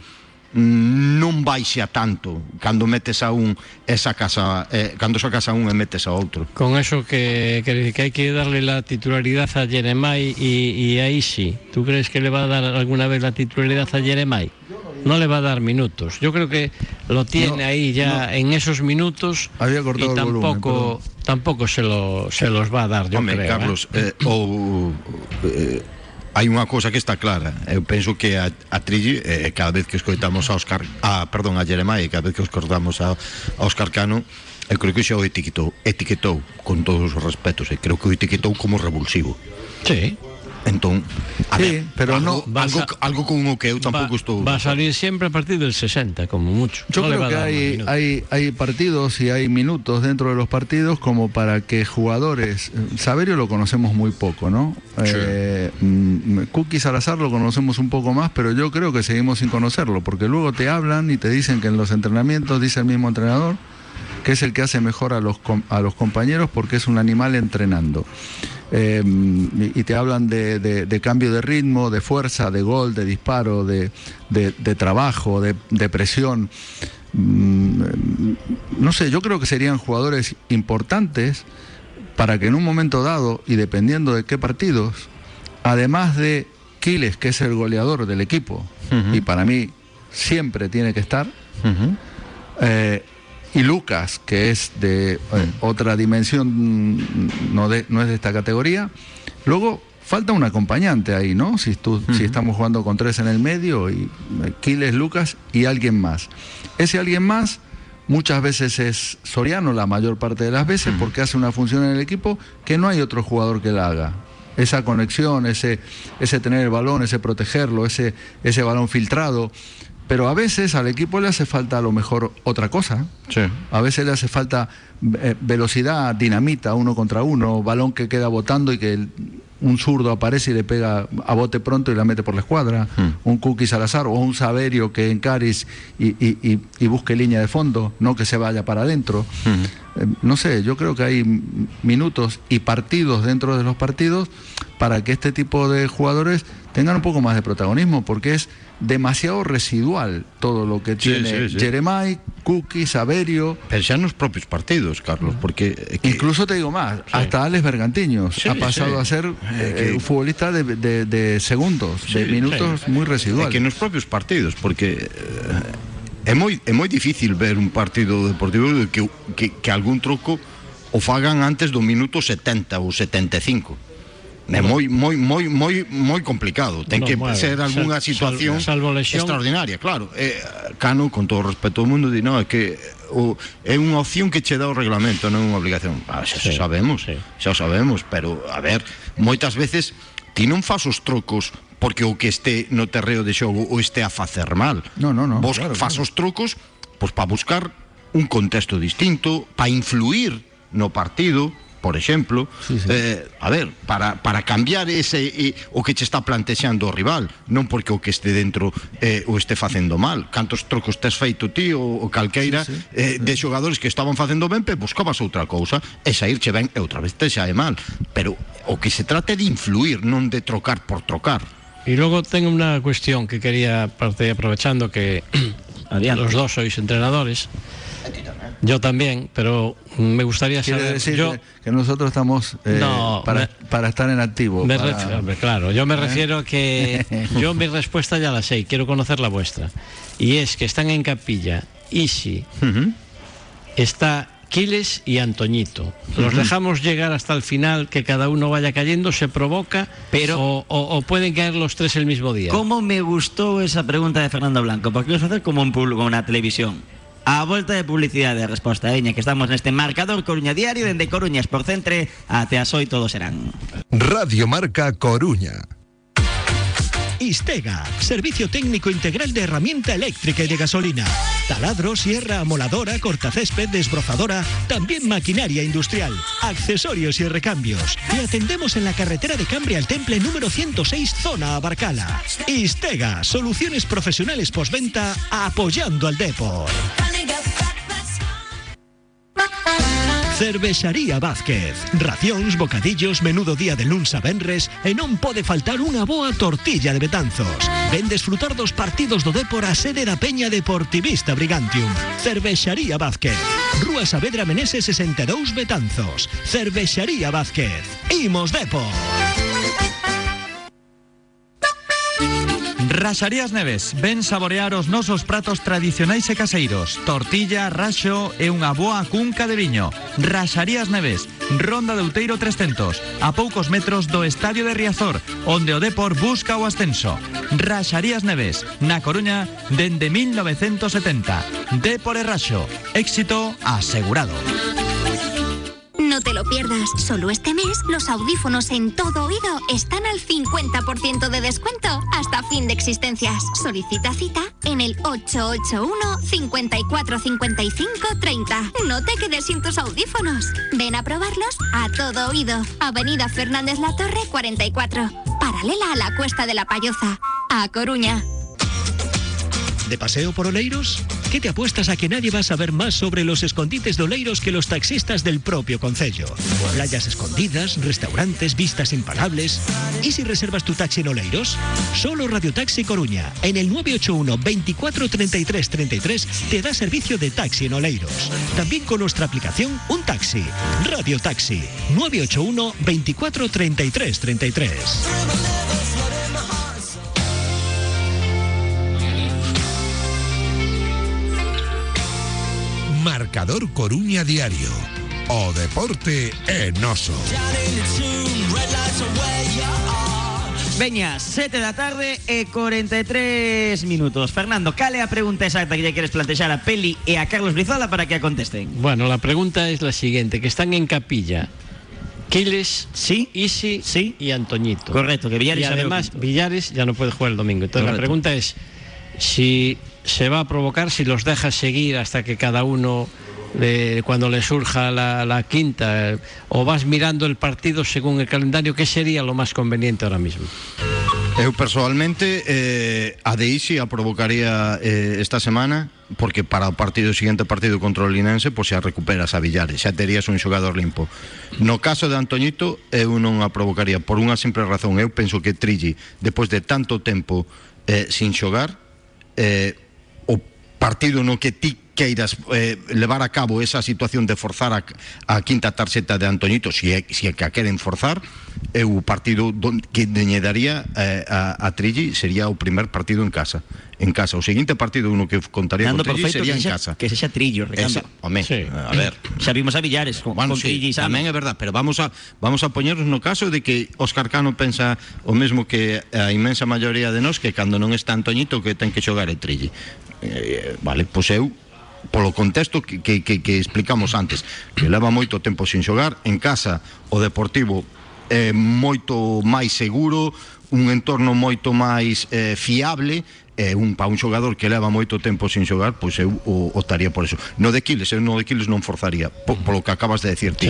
non baixa tanto cando metes a un esa casa, eh, cando sacas a un e metes a outro. Con eso que, que, que hai que darle la titularidad a Jeremai y, y a Isi, ¿tú crees que le va a dar alguna vez la titularidad a Jeremai? No le va a dar minutos. Yo creo que lo tiene no, ahí ya no. en esos minutos y tampoco volumen, tampoco se, lo, se los va a dar, yo Hombre, creo. Carlos, eh? Eh, o, eh, hai unha cousa que está clara. Eu penso que a, a Trilli, eh, cada vez que escoitamos a Óscar, a, perdón, a Jeremai, cada vez que escoitamos a, a Óscar Cano, eu creo que xa o etiquetou, etiquetou con todos os respetos, e creo que o etiquetou como revulsivo. Sí. Entón, a sí, ver, pero algo, no algo, algo con o que eu tampouco va, estou... Va a salir sempre a partir del sesenta, como mucho. Yo no creo que hay, hay, hay partidos y hay minutos dentro de los partidos como para que jugadores... Saverio lo conocemos muy poco, ¿no? Sí. Eh, Cookie Salazar lo conocemos un poco más, pero yo creo que seguimos sin conocerlo, porque luego te hablan y te dicen que en los entrenamientos, dice el mismo entrenador, que es el que hace mejor a los, a los compañeros porque es un animal entrenando. Eh, y te hablan de, de, de cambio de ritmo, de fuerza, de gol, de disparo, de, de, de trabajo, de, de presión. Mm, no sé, yo creo que serían jugadores importantes para que en un momento dado, y dependiendo de qué partidos, además de Quiles, que es el goleador del equipo, uh-huh. y para mí siempre tiene que estar, uh-huh. eh, y Lucas, que es de eh, otra dimensión, no, de, no es de esta categoría. Luego falta un acompañante ahí, ¿no? Si, tú, uh-huh. si estamos jugando con tres en el medio, y Quiles, Lucas y alguien más. Ese alguien más muchas veces es Soriano, la mayor parte de las veces, uh-huh. porque hace una función en el equipo que no hay otro jugador que la haga. Esa conexión, ese, ese tener el balón, ese protegerlo, ese, ese balón filtrado. Pero a veces al equipo le hace falta a lo mejor otra cosa. Sí. A veces le hace falta eh, velocidad, dinamita, uno contra uno, balón que queda botando y que el, un zurdo aparece y le pega a bote pronto y la mete por la escuadra. Mm. Un Cookie Salazar o un Saverio que encaris y, y, y, y busque línea de fondo, no que se vaya para adentro. Mm. Eh, no sé, yo creo que hay minutos y partidos dentro de los partidos para que este tipo de jugadores tengan un poco más de protagonismo, porque es demasiado residual todo lo que tiene sí, sí, sí. Jeremai, Cookie, Saverio. Pero xa nos propios partidos, Carlos, porque... Que... Incluso te digo más, sí. hasta Alex Bergantiños sí, ha pasado sí. a ser eh, que... un futbolista de, de, de segundos, sí, de minutos sí. muy residuales. É que nos propios partidos, porque... Eh, é moi, é moi difícil ver un partido deportivo que, que, que algún troco o fagan antes do minuto setenta ou setenta e cinco. É moi moi moi moi moi complicado. Ten no, que bueno, ser algunha situación salvo extraordinaria, claro. Eh, Cano, con todo o respeto ao mundo, di, no, é que o, é unha opción que che dá o reglamento, non é unha obligación. Ah, xa sí, sabemos, sí. xa sabemos, pero a ver, moitas veces ti non fas os trocos porque o que este no terreo de xogo o este a facer mal. No, no, no. Vos claro, fas claro. os trocos pois para buscar un contexto distinto, para influir no partido, por exemplo, sí, sí. Eh, a ver, para, para cambiar ese eh, o que che está plantexando o rival, non porque o que este dentro eh, o este facendo mal. Cantos trocos tes feito ti o, o calqueira sí, sí. Eh, de xogadores que estaban facendo ben, pero buscabas outra cousa e saírche ben e outra vez te xa é mal, pero o que se trata é de influir, non de trocar por trocar. Y luego tengo una cuestión que quería, aparte, aprovechando que los dos sois entrenadores, yo también, pero me gustaría Quiere saber... decir yo, que, que nosotros estamos eh, No, para, me- para estar en activo. me para- refiero- hombre, claro, yo me refiero que yo mi respuesta ya la sé y quiero conocer la vuestra. Y es que están en capilla Isi, Uh-huh. está Quiles y Antoñito. Los dejamos llegar hasta el final, que cada uno vaya cayendo, se provoca, Pero- o, o- o pueden caer los tres el mismo día. ¿Cómo me gustó esa pregunta de Fernando Blanco? Porque ibas a hacer como un público, una televisión. A volta de publicidade de resposta, veña, que estamos neste marcador Coruña Diario, dende Coruñas por Centre até as oito todos serán. Radio Marca Coruña. Istega, servicio técnico integral de herramienta eléctrica y de gasolina. Taladro, sierra, amoladora, cortacésped, desbrozadora, también maquinaria industrial, accesorios y recambios. Le atendemos en la carretera de Cambria al Temple número ciento seis, zona Abarcala. Istega, soluciones profesionales postventa apoyando al deporte. Cervexaría Vázquez. Racións, bocadillos, menudo día de luns a venres e non pode faltar unha boa tortilla de Betanzos. Ven desfrutar dos partidos do Dépor a sede da Peña Deportivista Brigantium. Cervexaría Vázquez. Rúa Saavedra Meneses sesenta e dous, Betanzos. Cervexaría Vázquez. Imos Dépor. Raxarías Neves, ven saborear os nosos pratos tradicionais e caseiros. Tortilla, raxo e unha boa cunca de viño. Raxarías Neves, Ronda de Outeiro trescentos, a poucos metros do Estadio de Riazor, onde o Dépor busca o ascenso. Raxarías Neves, na Coruña, dende mil novecentos setenta. Dépor e raxo, éxito asegurado. No te lo pierdas. Solo este mes, los audífonos en todo oído están al cincuenta por ciento de descuento hasta fin de existencias. Solicita cita en el ocho ocho uno, cinco cuatro cinco cinco, treinta. No te quedes sin tus audífonos. Ven a probarlos a todo oído. Avenida Fernández La Torre cuarenta y cuatro. Paralela a la Cuesta de la Payoza. A Coruña. ¿De paseo por Oleiros? ¿Qué te apuestas a que nadie va a saber más sobre los escondites de Oleiros que los taxistas del propio concello? Playas escondidas, restaurantes, vistas imparables. ¿Y si reservas tu taxi en Oleiros? Solo Radio Taxi Coruña, en el nueve ocho uno, veinticuatro, treinta y tres, treinta y tres, te da servicio de taxi en Oleiros. También con nuestra aplicación Un Taxi. Radio Taxi, nueve ocho uno, veinticuatro, treinta y tres, treinta y tres. Marcador Coruña Diario. O deporte é noso. Veña, sete da tarde e cuarenta y tres minutos. Fernando, cale a pregunta exacta que lle queres plantexar a Peli e a Carlos Brizola para que a contesten? Bueno, la pregunta es la siguiente, que están en capilla Quiles, sí, Isi sí. y Antoñito. Correcto, que Villares y ya veo además quinto. Villares ya no puede jugar el domingo. Entonces Correcto. la pregunta es si se va a provocar, si los dejas seguir hasta que cada uno, eh, cuando le surja la, la quinta, eh, o vas mirando el partido según el calendario. ¿Qué sería lo más conveniente ahora mismo? Eu personalmente eh, a de Isi a provocaría eh, esta semana, porque para o partido, o siguiente partido contra o Linense, pois xa recuperas a Villares, xa terías un xogador limpo. No caso de Antoñito, eu non a provocaría por unha simple razón. Eu penso que Trilli, despois de tanto tempo eh, sin xogar, eh, o partido no que ti queiras eh, levar a cabo esa situación de forzar a, a quinta tarxeta de Antoñito, si é, si é que a queren forzar, e o partido don, que lle daría eh, a, a Trilli sería o primer partido en casa. En casa. O seguinte partido uno que contaría Dando con por Trilli feito sería que en sexa, casa. que sexa Trillo, Ricardo. Esa, home, Sí. a ver. Xa vimos a Villares con, Bueno, con sí, Trilli, tamén é verdad, pero vamos a vamos a poñernos no caso de que Óscar Cano pensa o mesmo que a inmensa maioría de nós, que cando non está Antoñito que ten que xogar é Trilli. Eh, vale, pois eu polo contexto que, que, que, que explicamos antes, que leva moito tempo sin xogar en casa, o Deportivo é moito máis seguro, un entorno moito máis eh, fiable, e un, para un xogador que leva moito tempo sin xogar, pois eu o, optaría por eso. No de Quiles, eu no de Quiles non forzaría, po, polo que acabas de decir ti. Claro.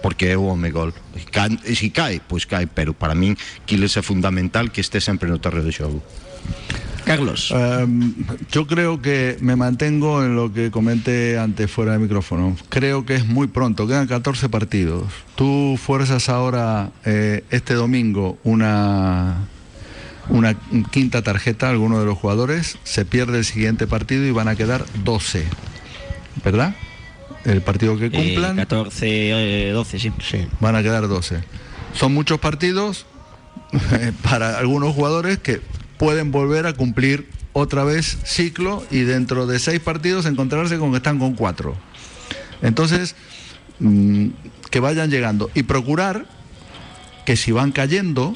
porque é o home gol. E se cae, pois cae, pero para min Quiles é fundamental que este sempre no terreno de xogo. Carlos. Um, yo creo que me mantengo en lo que comenté antes fuera de micrófono. Creo que es muy pronto, quedan catorce partidos. Tú fuerzas ahora eh, este domingo una, una quinta tarjeta a alguno de los jugadores, se pierde el siguiente partido y van a quedar doce, ¿verdad? El partido que cumplan. Eh, catorce, doce, sí. Sí, van a quedar doce. Son muchos partidos para algunos jugadores que pueden volver a cumplir otra vez ciclo y dentro de seis partidos encontrarse con que están con cuatro. Entonces, mmm, que vayan llegando y procurar que si van cayendo,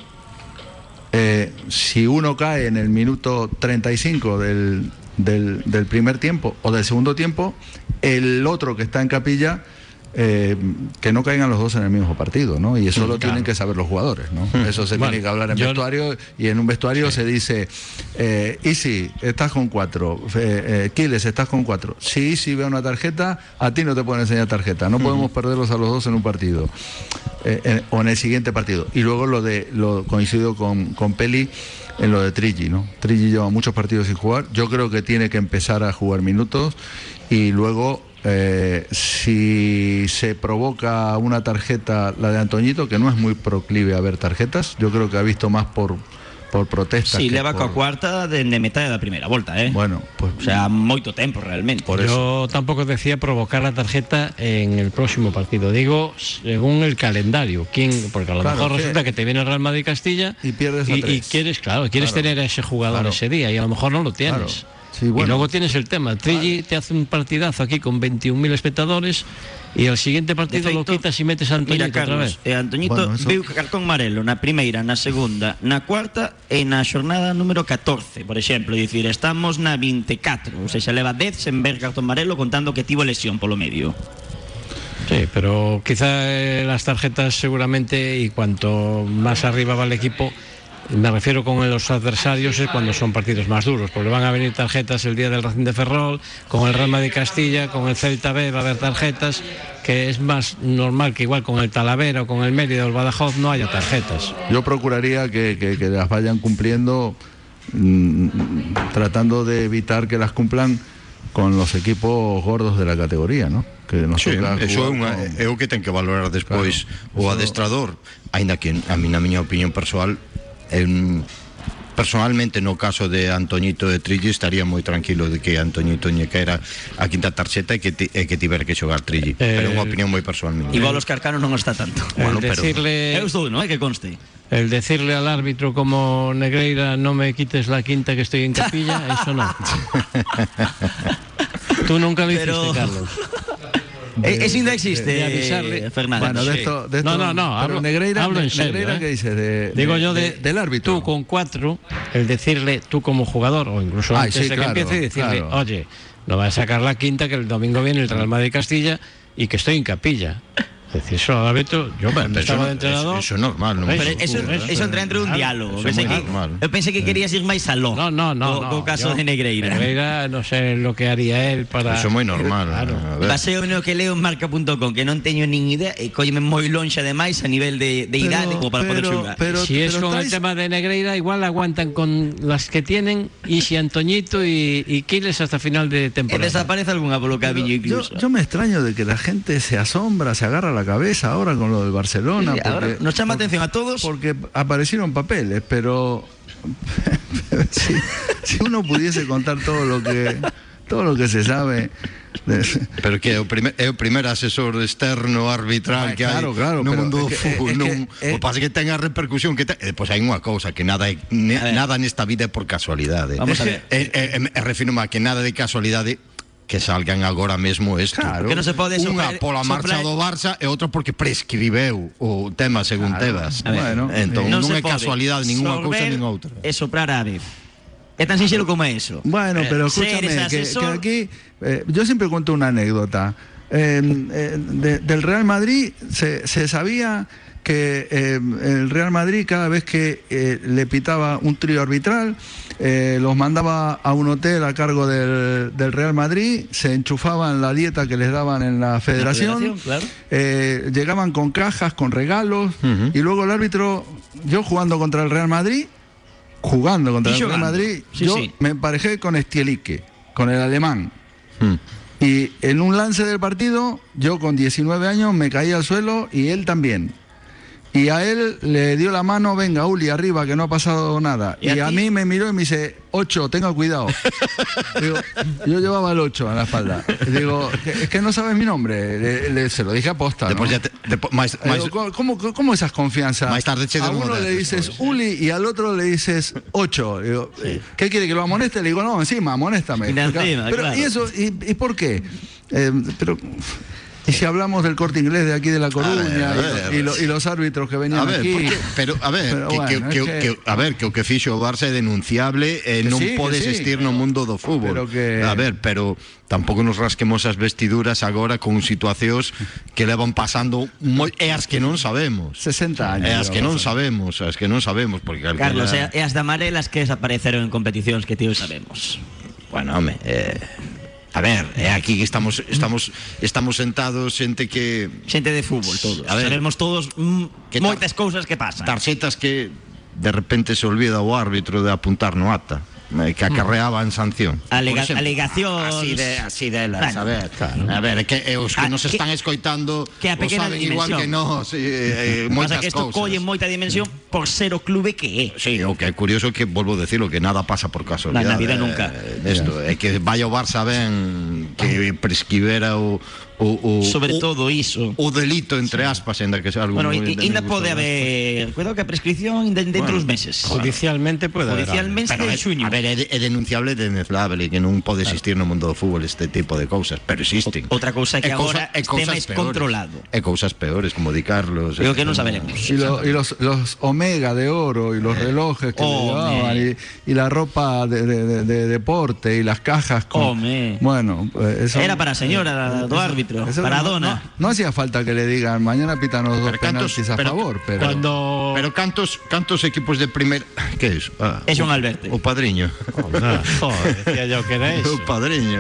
eh, si uno cae en el minuto treinta y cinco del, del, del primer tiempo o del segundo tiempo, el otro que está en capilla, Eh, que no caigan los dos en el mismo partido, ¿no? Y eso mm, lo claro. tienen que saber los jugadores, ¿no? Mm. Eso se bueno, tiene que hablar en yo... vestuario, y en un vestuario sí. se dice, eh, Easy, estás con cuatro, eh, eh, Quiles, estás con cuatro. Si Easy ve una tarjeta, a ti no te pueden enseñar tarjeta, no mm. podemos perderlos a los dos en un partido, eh, en, o en el siguiente partido. Y luego lo de, lo coincido con, con Peli, en lo de Trigi, ¿no? Trigi lleva muchos partidos sin jugar, yo creo que tiene que empezar a jugar minutos y luego Eh, si se provoca una tarjeta, la de Antoñito, que no es muy proclive a ver tarjetas, yo creo que ha visto más por por protesta. Sí, leva por... coa cuarta de, de metade da primeira volta, eh? Bueno, pues... O sea, moito tempo realmente. Por Yo eso. Tampoco decía provocar la tarjeta en el próximo partido. Digo, según el calendario. ¿Quién? Porque a lo claro, mejor que... resulta que te viene el Real Madrid Castilla y pierdes a y, tres. y quieres, claro, quieres claro. tener a ese jugador claro. ese día y a lo mejor no lo tienes. Claro. Sí, bueno. Y luego tienes el tema, Trigi vale. te hace un partidazo aquí con veintiún mil espectadores y el siguiente partido feito, lo quitas y metes a Antoñito mira, Carlos, otra vez. Eh, Antoñito bueno, eso... viu cartón amarelo na primeira, na segunda, na cuarta e na xornada número catorce, por exemplo, dicir, estamos na veinticuatro, ou seja, leva dez sen ver cartón amarelo contando que tivo lesión polo medio. Sí, pero quizá eh, las tarjetas seguramente y cuanto más arriba va el equipo, me refiero con los adversarios es cuando son partidos más duros, porque van a venir tarjetas el día del Racing de Ferrol, con el Real Madrid Castilla, con el Celta B va a haber tarjetas, que es más normal que igual con el Talavera o con el Mérida o el Badajoz no haya tarjetas. Yo procuraría que, que, que las vayan cumpliendo, mmm, tratando de evitar que las cumplan con los equipos gordos de la categoría, ¿no? Que nos sí, toca eso é, con... é o que ten que valorar despois claro, o adestrador, aínda que a mí na miña opinión persoal En, personalmente no caso de Antoñito e Trigi estaría moi tranquilo de que Antoñito ñequera a quinta tarxeta e que, ti, e que tiver que xogar Trigi, eh, pero é unha opinión moi personal minha. Igual os Carcanos non está tanto. Bueno, decirle, pero eu estou, non é que conste. El decirle al árbitro como Negreira, no me quites la quinta que estoy en capilla, eso no. Tú nunca lo hiciste, pero... Carlos. De, eso no existe, de, de avisarle, Fernando. Bueno, de esto, de esto, no, no, no, hablo, Negreira, hablo en serio. Negreira, ¿eh? ¿Qué dices? De, Digo de, yo de, de, del árbitro. Tú con cuatro, el decirle, tú como jugador, o incluso Ay, antes sí, de claro, que empiece, decirle, claro. oye, no vas a sacar la quinta, que el domingo viene el Real Madrid Castilla y que estoy en capilla. Es decir, eso al árbitro, yo cuando estaba de entrenador... Eso es normal, ¿no? Pero eso, eso, eso entra entre un diálogo. Pensé que, yo pensé que querías ir máis aló. No, no, no. O, no caso yo, de Negreira. Negreira, no sé lo que haría él para... Eso é moi normal. Claro. Paseo no que leo en marca punto com, que non teño nin idea, e cólleme moi lonxe ademais a nivel de, de idade como para pero, poder xogar. Pero, si es pero con traes... el tema de Negreira, igual aguantan con las que tienen, y si Antoñito y, y Quiles hasta final de temporada. E desaparece algunha polo cabiño incluso. Yo, yo me extraño de que la gente se asombra, se agarra la cabeza ahora con lo del Barcelona, sí, porque, ahora nos llama porque, atención a todos porque aparecieron papeles, pero si, si uno pudiese contar todo lo que todo lo que se sabe de... pero que é o primer é o primer asesor externo arbitral Ay, que claro, hai claro, no mundo do es que, fútbol, es non, que, o pasa que ten a repercusión que ten, e pois hai unha cousa que nada é, ne, nada nesta vida é por casualidade. Vamos a ver. E, e, e, e refino a que nada de casualidade que salgan agora mesmo isto. Claro. Que non se pode unha pola marcha do Barça e outra porque prescribeu o tema según claro. Tebas. Bueno, entón non, non é pode casualidade ninguna cousa nin outra. E soprar a vez. É tan sinxelo como é eso. Bueno, pero eh, escúchame, que, que aquí eh, yo siempre cuento una anécdota. eh, eh, de, del Real Madrid se, se sabía que eh, el Real Madrid cada vez que eh, le pitaba un trío arbitral, eh, los mandaba a un hotel a cargo del, del Real Madrid, se enchufaban la dieta que les daban en la federación, La federación, claro. eh, llegaban con cajas, con regalos, uh-huh. y luego el árbitro, yo jugando contra el Real Madrid, jugando contra el Real Madrid, sí, yo sí. me emparejé con Stielique, con el alemán. Uh-huh. Y en un lance del partido, yo con diecinueve años me caí al suelo y él también. Y a él le dio la mano, venga, Uli, arriba, que no ha pasado nada. Y, y a, a mí me miró y me dice, ocho, tenga cuidado. Digo, yo llevaba el ocho en la espalda. Y digo, es que no sabes mi nombre. Le, le, se lo dije a posta, ¿no? Ya te, de, más, más, digo, ¿cómo, ¿Cómo esas confianzas? Más tarde a uno le dices Uli y al otro le dices ocho. Digo, sí. ¿Qué quiere, que lo amoneste? Le digo, no, encima, amonéstame. Encima, pero, claro. ¿y eso? ¿Y, y por qué? Eh, pero... Y si hablamos del Corte Inglés de aquí de La Coruña, ver, a ver, y, lo, y, lo, y los árbitros que venían a ver, aquí. Porque, pero a ver, pero que, bueno, que, que, que, a ver, que o que fixo o Barça é denunciable e non sí, pode existir sí, no mundo do fútbol. Pero que... A ver, pero tampouco nos rasquemos as vestiduras agora con situacións que levan pasando moi, e as que non sabemos. sesenta años. E as que non sabemos, as que non sabemos, porque Carlos, e as de amarelas que desapareceron en competicións que tío sabemos. Bueno, home, eh a ver, é aquí que estamos estamos estamos sentados xente que xente de fútbol todos. A ver, sabemos todos mm, moitas cousas que pasan. Tarxetas que de repente se olvida o árbitro de apuntar no acta, que acarreaban sanción. Alega alegacións así de así de las, bueno, a ver, claro. A ver, que eh, os que a, nos que, están escoitando que a pequena saben dimensión. Igual que no, sí, eh, moitas que isto cousas. colle moita dimensión por ser o clube que é. Sí, o que é curioso que volvo a decirlo que nada pasa por casualidade. Na vida nunca. Eh, esto, é que vai o Barça ben que prescribera o O, o, sobre o, todo iso o delito entre aspas, ainda que sea algo bueno, ainda pode haber cuidado que a prescripción dentro bueno, dos meses judicialmente pode haber judicialmente en xuño. A ver, é, é denunciable de denunciable que non pode existir no mundo do fútbol este tipo de cousas, pero existen. Outra cousa é que agora este máis controlado. É cousas peores, como di Carlos. Digo que non saberemos. Y, lo, y los, los Omega de oro y los relojes que oh, le llevaban y, y la ropa de, de, de, de deporte y las cajas con... Oh, bueno, eso, era para a señora do árbitro. Para no, no, no hacía falta que le digan mañana pítanos dos penaltis a pero, favor, pero cuando pero cantos cantos equipos de primer ¿qué es? Ah, es un Alberti. O padriño. Oh, no. Joder, decía yo que era eso. O padriño.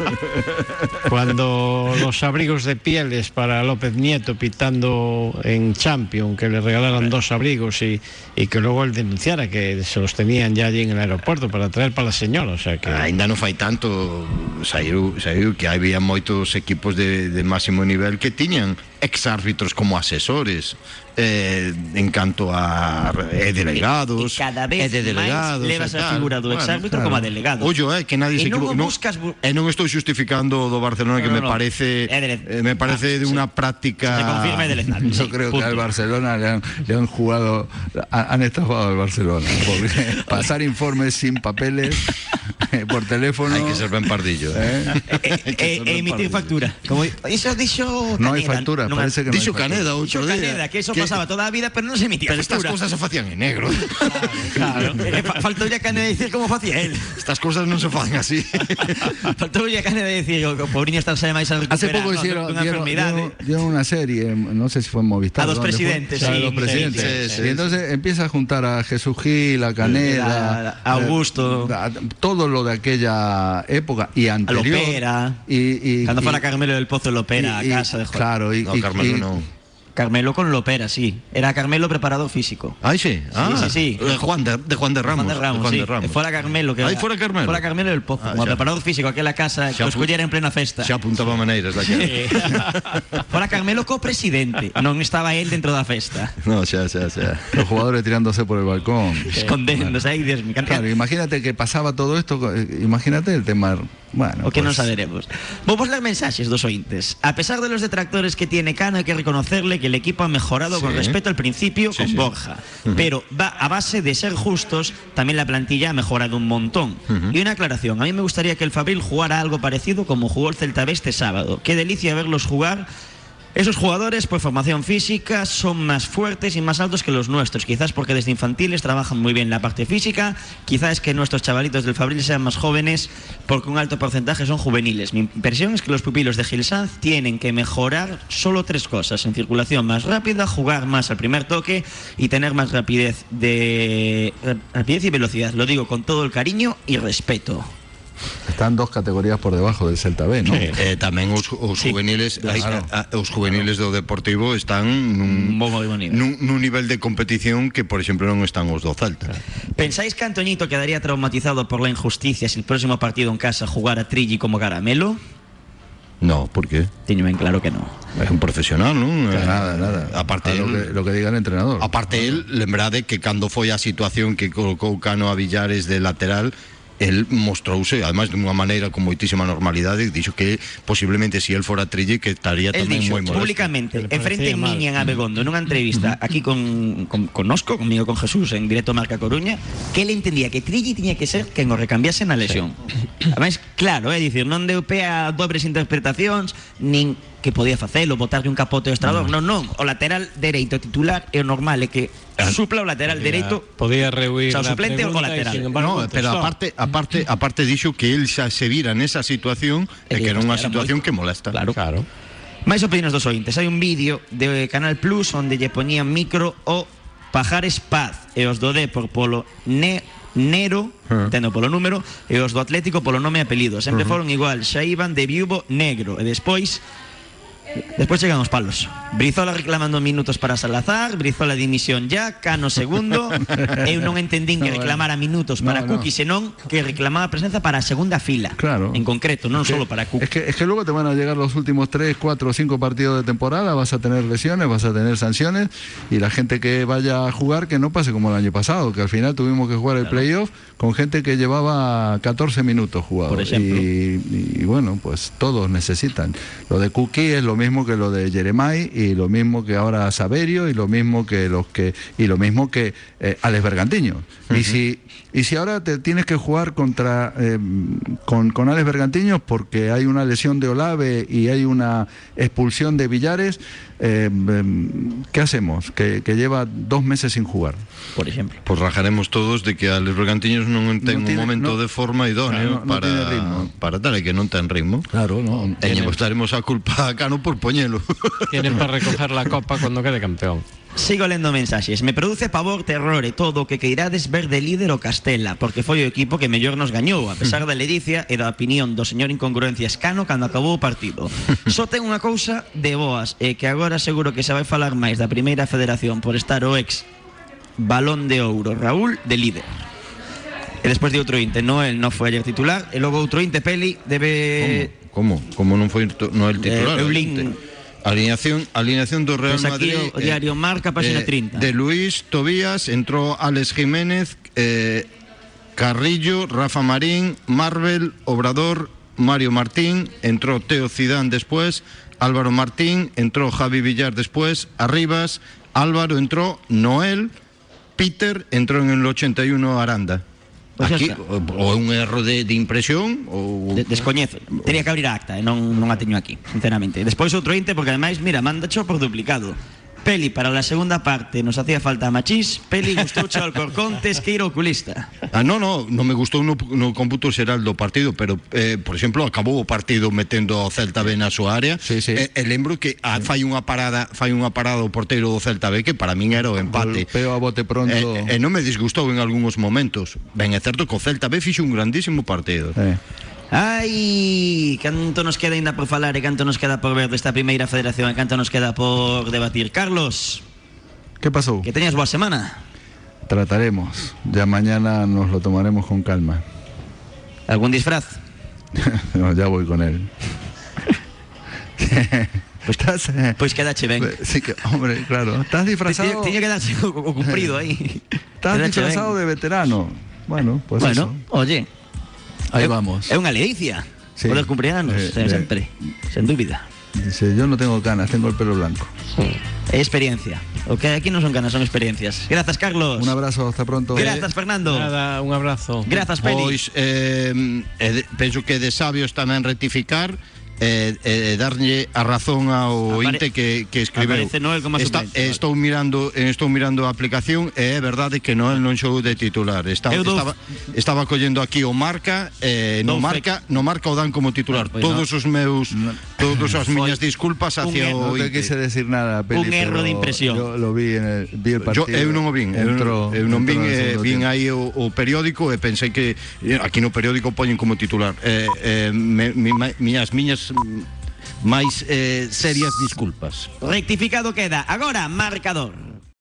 Cuando los abrigos de pieles para López Nieto pitando en Champions, que le regalaron dos abrigos y, y que luego él denunciara que se los tenían ya allí en el aeropuerto para traer para la señora, o sea que ainda non fai tanto, saiu, saiu que había moitos equipos de de máximo nivel que tiñan exárbitros como asesores eh, en canto a eh, delegados e cada vez e de delegados máis levas a figura do exárbitro bueno, claro. como a delegado. Ollo, eh, que nadie e se equivoca. Non buscas bu e non estou justificando do Barcelona, no, que no, me no. parece eh, me parece ah, de una sí. práctica. Se confirma y deleznable. Yo sí, creo punto. Que al Barcelona le han, le han jugado, han estafado al Barcelona, porque pasar informes sin papeles por teléfono. Hay que ser ben pardillo. Eh, eh, eh, emitir factura. Como iso dixo Caneda. No hay factura, no, parece que no dixo Caneda outro día. Caneda, que eso que... pasaba toda a vida, pero non se emitía pero factura. Pero estas cosas se facían en negro. Claro, claro. Faltou ya Caneda decir como facía él. Estas cosas non se fan así. Faltou ya Caneda decir que o pobriño está sai máis a recuperar. Hace poco hicieron no, una serie, no sé si fue en Movistar. A dos presidentes, fue, sí. A los presidentes. Sí, sí, sí, y entonces sí. empieza a juntar a Jesús Gil, a Caneda, a Augusto, a, a, todo lo de aquella época y anterior. A Lopera. Y, y, Cuando y, fuera Carmelo del Pozo Lopera y, a casa de Jorge. Claro, y, no, y, Carmelo y, no. Carmelo con Lopera, sí. Era Carmelo preparado físico. Ay, sí. Ah, sí, sí, sí. De Juan de, de Juan de Ramos. Juan de Ramos, Juan sí. de Ramos. Fuera Carmelo. Que Ahí fuera Carmelo. Fuera Carmelo del Pozo. Ah, como preparador físico aquí en la casa, xa que os collera en plena festa. Xa apuntaba maneiras daquela. Sí. Fuera Carmelo co-presidente. Non estaba él dentro da festa. No, xa, xa, xa. Los jugadores tirándose por el balcón. Escondéndose ahí. Dios, claro, imagínate que pasaba todo esto. Imagínate el tema. Bueno, o que pues... non saberemos. Vamos las mensajes dos ointes. A pesar de los detractores que tiene Cano, hay que reconocerle que el equipo ha mejorado sí. con respecto al principio sí, con sí. Borja. Uh-huh. Pero va a base de ser justos, también la plantilla ha mejorado un montón. Uh-huh. Y una aclaración, a mí me gustaría que el Fabril jugara algo parecido como jugó el Celta B este sábado. Qué delicia verlos jugar Esos jugadores, por formación física, son más fuertes y más altos que los nuestros. Quizás porque desde infantiles trabajan muy bien la parte física. Quizás es que nuestros chavalitos del Fabril sean más jóvenes porque un alto porcentaje son juveniles. Mi impresión es que los pupilos de Gil Sanz tienen que mejorar solo tres cosas: en circulación más rápida, jugar más al primer toque y tener más rapidez de rapidez y velocidad. Lo digo con todo el cariño y respeto. Están dos categorías por debajo del Celta B, ¿no? Sí. Eh, tamén os, os sí. juveniles hai, claro. a, os juveniles do Deportivo están nun, nun, nun nivel de competición que, por exemplo, non están os do Celta. Claro. ¿Pensáis que Antoñito quedaría traumatizado por la injusticia si el próximo partido en casa jugara Trilli como Caramelo? No, ¿por qué? Teño ben claro que no. É un profesional, non? Claro, nada, nada. Aparte a lo, él, que, lo que diga el entrenador. Aparte él, lembrade que cando foi a situación que colocou Cano a Villares de lateral, el mostrouse, además de unha maneira con moitísima normalidade, dixo que posiblemente si el fora Trilli que estaría el tamén moi molesto. Públicamente, en frente miña en Abegondo, nunha entrevista aquí con, con, con Nosco, conmigo con Jesús, en directo Marca Coruña, que él entendía que Trilli tiña que ser quen o recambiase na lesión. Sí. Además, claro, é dicir, non deu pé a dobres interpretacións, nin que podía facelo, botarlle un capote ao estrador. Non, non, o lateral dereito titular é o normal, é que supla o lateral podía, dereito. Podía rehuir o sea, o suplente o lateral. No, pero aparte, aparte, aparte dixo que él xa se vira nesa situación e que era unha situación que molesta. Claro, claro. Mais opinións dos ointes. Hai un vídeo de Canal Plus onde lle poñían micro o Pajares Paz e os do Depor polo ne Nero, uh-huh. tendo polo número, e os do Atlético polo nome e apelido. Sempre uh-huh. foron igual, xa iban de viúvo negro e despois Despois chegan os palos. Brizola reclamando minutos para Salazar, Brizola dimisión ya, Cano segundo. Eu non entendín que reclamara minutos para no, Cuqui, no. senón que reclamaba presencia para a segunda fila. Claro. En concreto, non solo para Cuqui. Es que, es que luego te van a llegar los últimos tres, cuatro o cinco partidos de temporada, vas a tener lesiones, vas a tener sanciones, y la gente que vaya a jugar que no pase como el año pasado, que al final tuvimos que jugar el claro. playoff con gente que llevaba catorce minutos jugados. Por ejemplo. Y, y bueno, pues todos necesitan. Lo de Cuqui es lo mismo que lo de Jeremai, y lo mismo que ahora Saverio, y lo mismo que los que y lo mismo que eh, Alex Bergantiños. Uh-huh. Y si y si ahora te tienes que jugar contra eh, con, con Alex Bergantiños porque hay una lesión de Olave y hay una expulsión de Villares, eh, ¿qué hacemos? Que, que lleva dos meses sin jugar, por ejemplo. Pues rajaremos todos de que Alex Bergantiños non ten no un momento no, de forma idóneo claro, no, para, no para tal, e que non ten ritmo. Claro, no. E lle estaremos a culpa a Cano por poñelo. Tienen para recoger la copa cuando quede campeón. Sigo lendo mensaxes. Me produce pavor, terror e todo o que queirades ver de líder o Castela, porque foi o equipo que mellor nos gañou, a pesar da ledicia e da opinión do señor Incongruencias Cano cando acabou o partido. Só ten unha cousa de boas, e que agora seguro que se vai falar máis da primeira federación por estar o ex Balón de Ouro Raúl de líder. E despois de outro inte, no, el non foi ayer titular, e logo outro inte, Peli, debe... Como? Como, Como non foi no el titular? Eh, Eulín... Alineación, alineación do Real pues aquí Madrid. O diario eh, Marca, página eh, trinta. De Luis, Tobías, entró Alex Jiménez, eh, Carrillo, Rafa Marín, Marvel, Obrador, Mario Martín, entró Teo Zidane después, Álvaro Martín, entró Javi Villar después, Arribas, Álvaro entró, Noel, Peter entró en el ochenta y uno Aranda. Pues aquí, o, o un erro de, de impresión ou... de, descoñezo, tenía que abrir a acta e non, non a teño aquí, sinceramente. Despois outro inte, porque ademais, mira, manda cho por duplicado. Peli, para la segunda parte nos hacía falta Machís. Peli, gustouche o Alcorcón, tes que ir oculista. Ah, no, no, non me gustou no, no cómputo xeral do partido, pero, eh, por exemplo, acabou o partido metendo o Celta B na súa área. Sí, sí. E, e lembro que ah, fai unha parada fai unha parada o porteiro do Celta B que para min era o empate. Golpeo a bote pronto. E, e non me disgustou en algúns momentos. Ben, é certo que o Celta B fixo un grandísimo partido. Eh. Ai, canto nos queda ainda por falar e canto nos queda por ver desta primeira federación e canto nos queda por debatir. Carlos, ¿qué pasó? Que teñas boa semana. Trataremos, ya mañana nos lo tomaremos con calma. ¿Algún disfraz? No, ya voy con él. Pues, estás, eh, pues quedache ben. Sí, que, hombre, claro. Estás disfrazado. Tiene que darse o, o cumplido ahí. Estás disfrazado ben. de veterano. Bueno, pues bueno, eso. Oye. Ahí é, vamos. É unha ledicia. Sí. Poder cumprir anos, eh, sempre, eh, sen dúbida. Dice, yo no tengo canas, tengo el pelo blanco. É experiencia. O que aquí non son canas, son experiencias. Grazas, Carlos. Un abrazo, hasta pronto. Grazas, Fernando. Nada, un abrazo. Grazas, Peli. Pois, eh, eh, penso que de sabios tamén rectificar eh, eh, darlle a razón ao Apare- inte que, que escribeu. aparece Noel como Está, suplente, vale. estou mirando eh, estou mirando a aplicación e é verdade que Noel non xogou de titular. Está, Eu dou- estaba estaba collendo aquí o Marca, eh, no Dou Marca, no Marca o dan como titular. Ah, pois Todos no. os meus todas as miñas disculpas un hacia erro o No te inte. quise decir nada, Peli, Un erro pero de impresión. Yo lo vi en el, vi el Yo, partido. eu non o vin, eu, Entró- eu non vin, entró en el eh, segundo vin tiempo. aí o, o periódico e pensei que eh, aquí no periódico poñen como titular. Eh, eh, me, mi, ma- miñas miñas mm, máis eh, serias disculpas. Rectificado queda. Agora, marcador.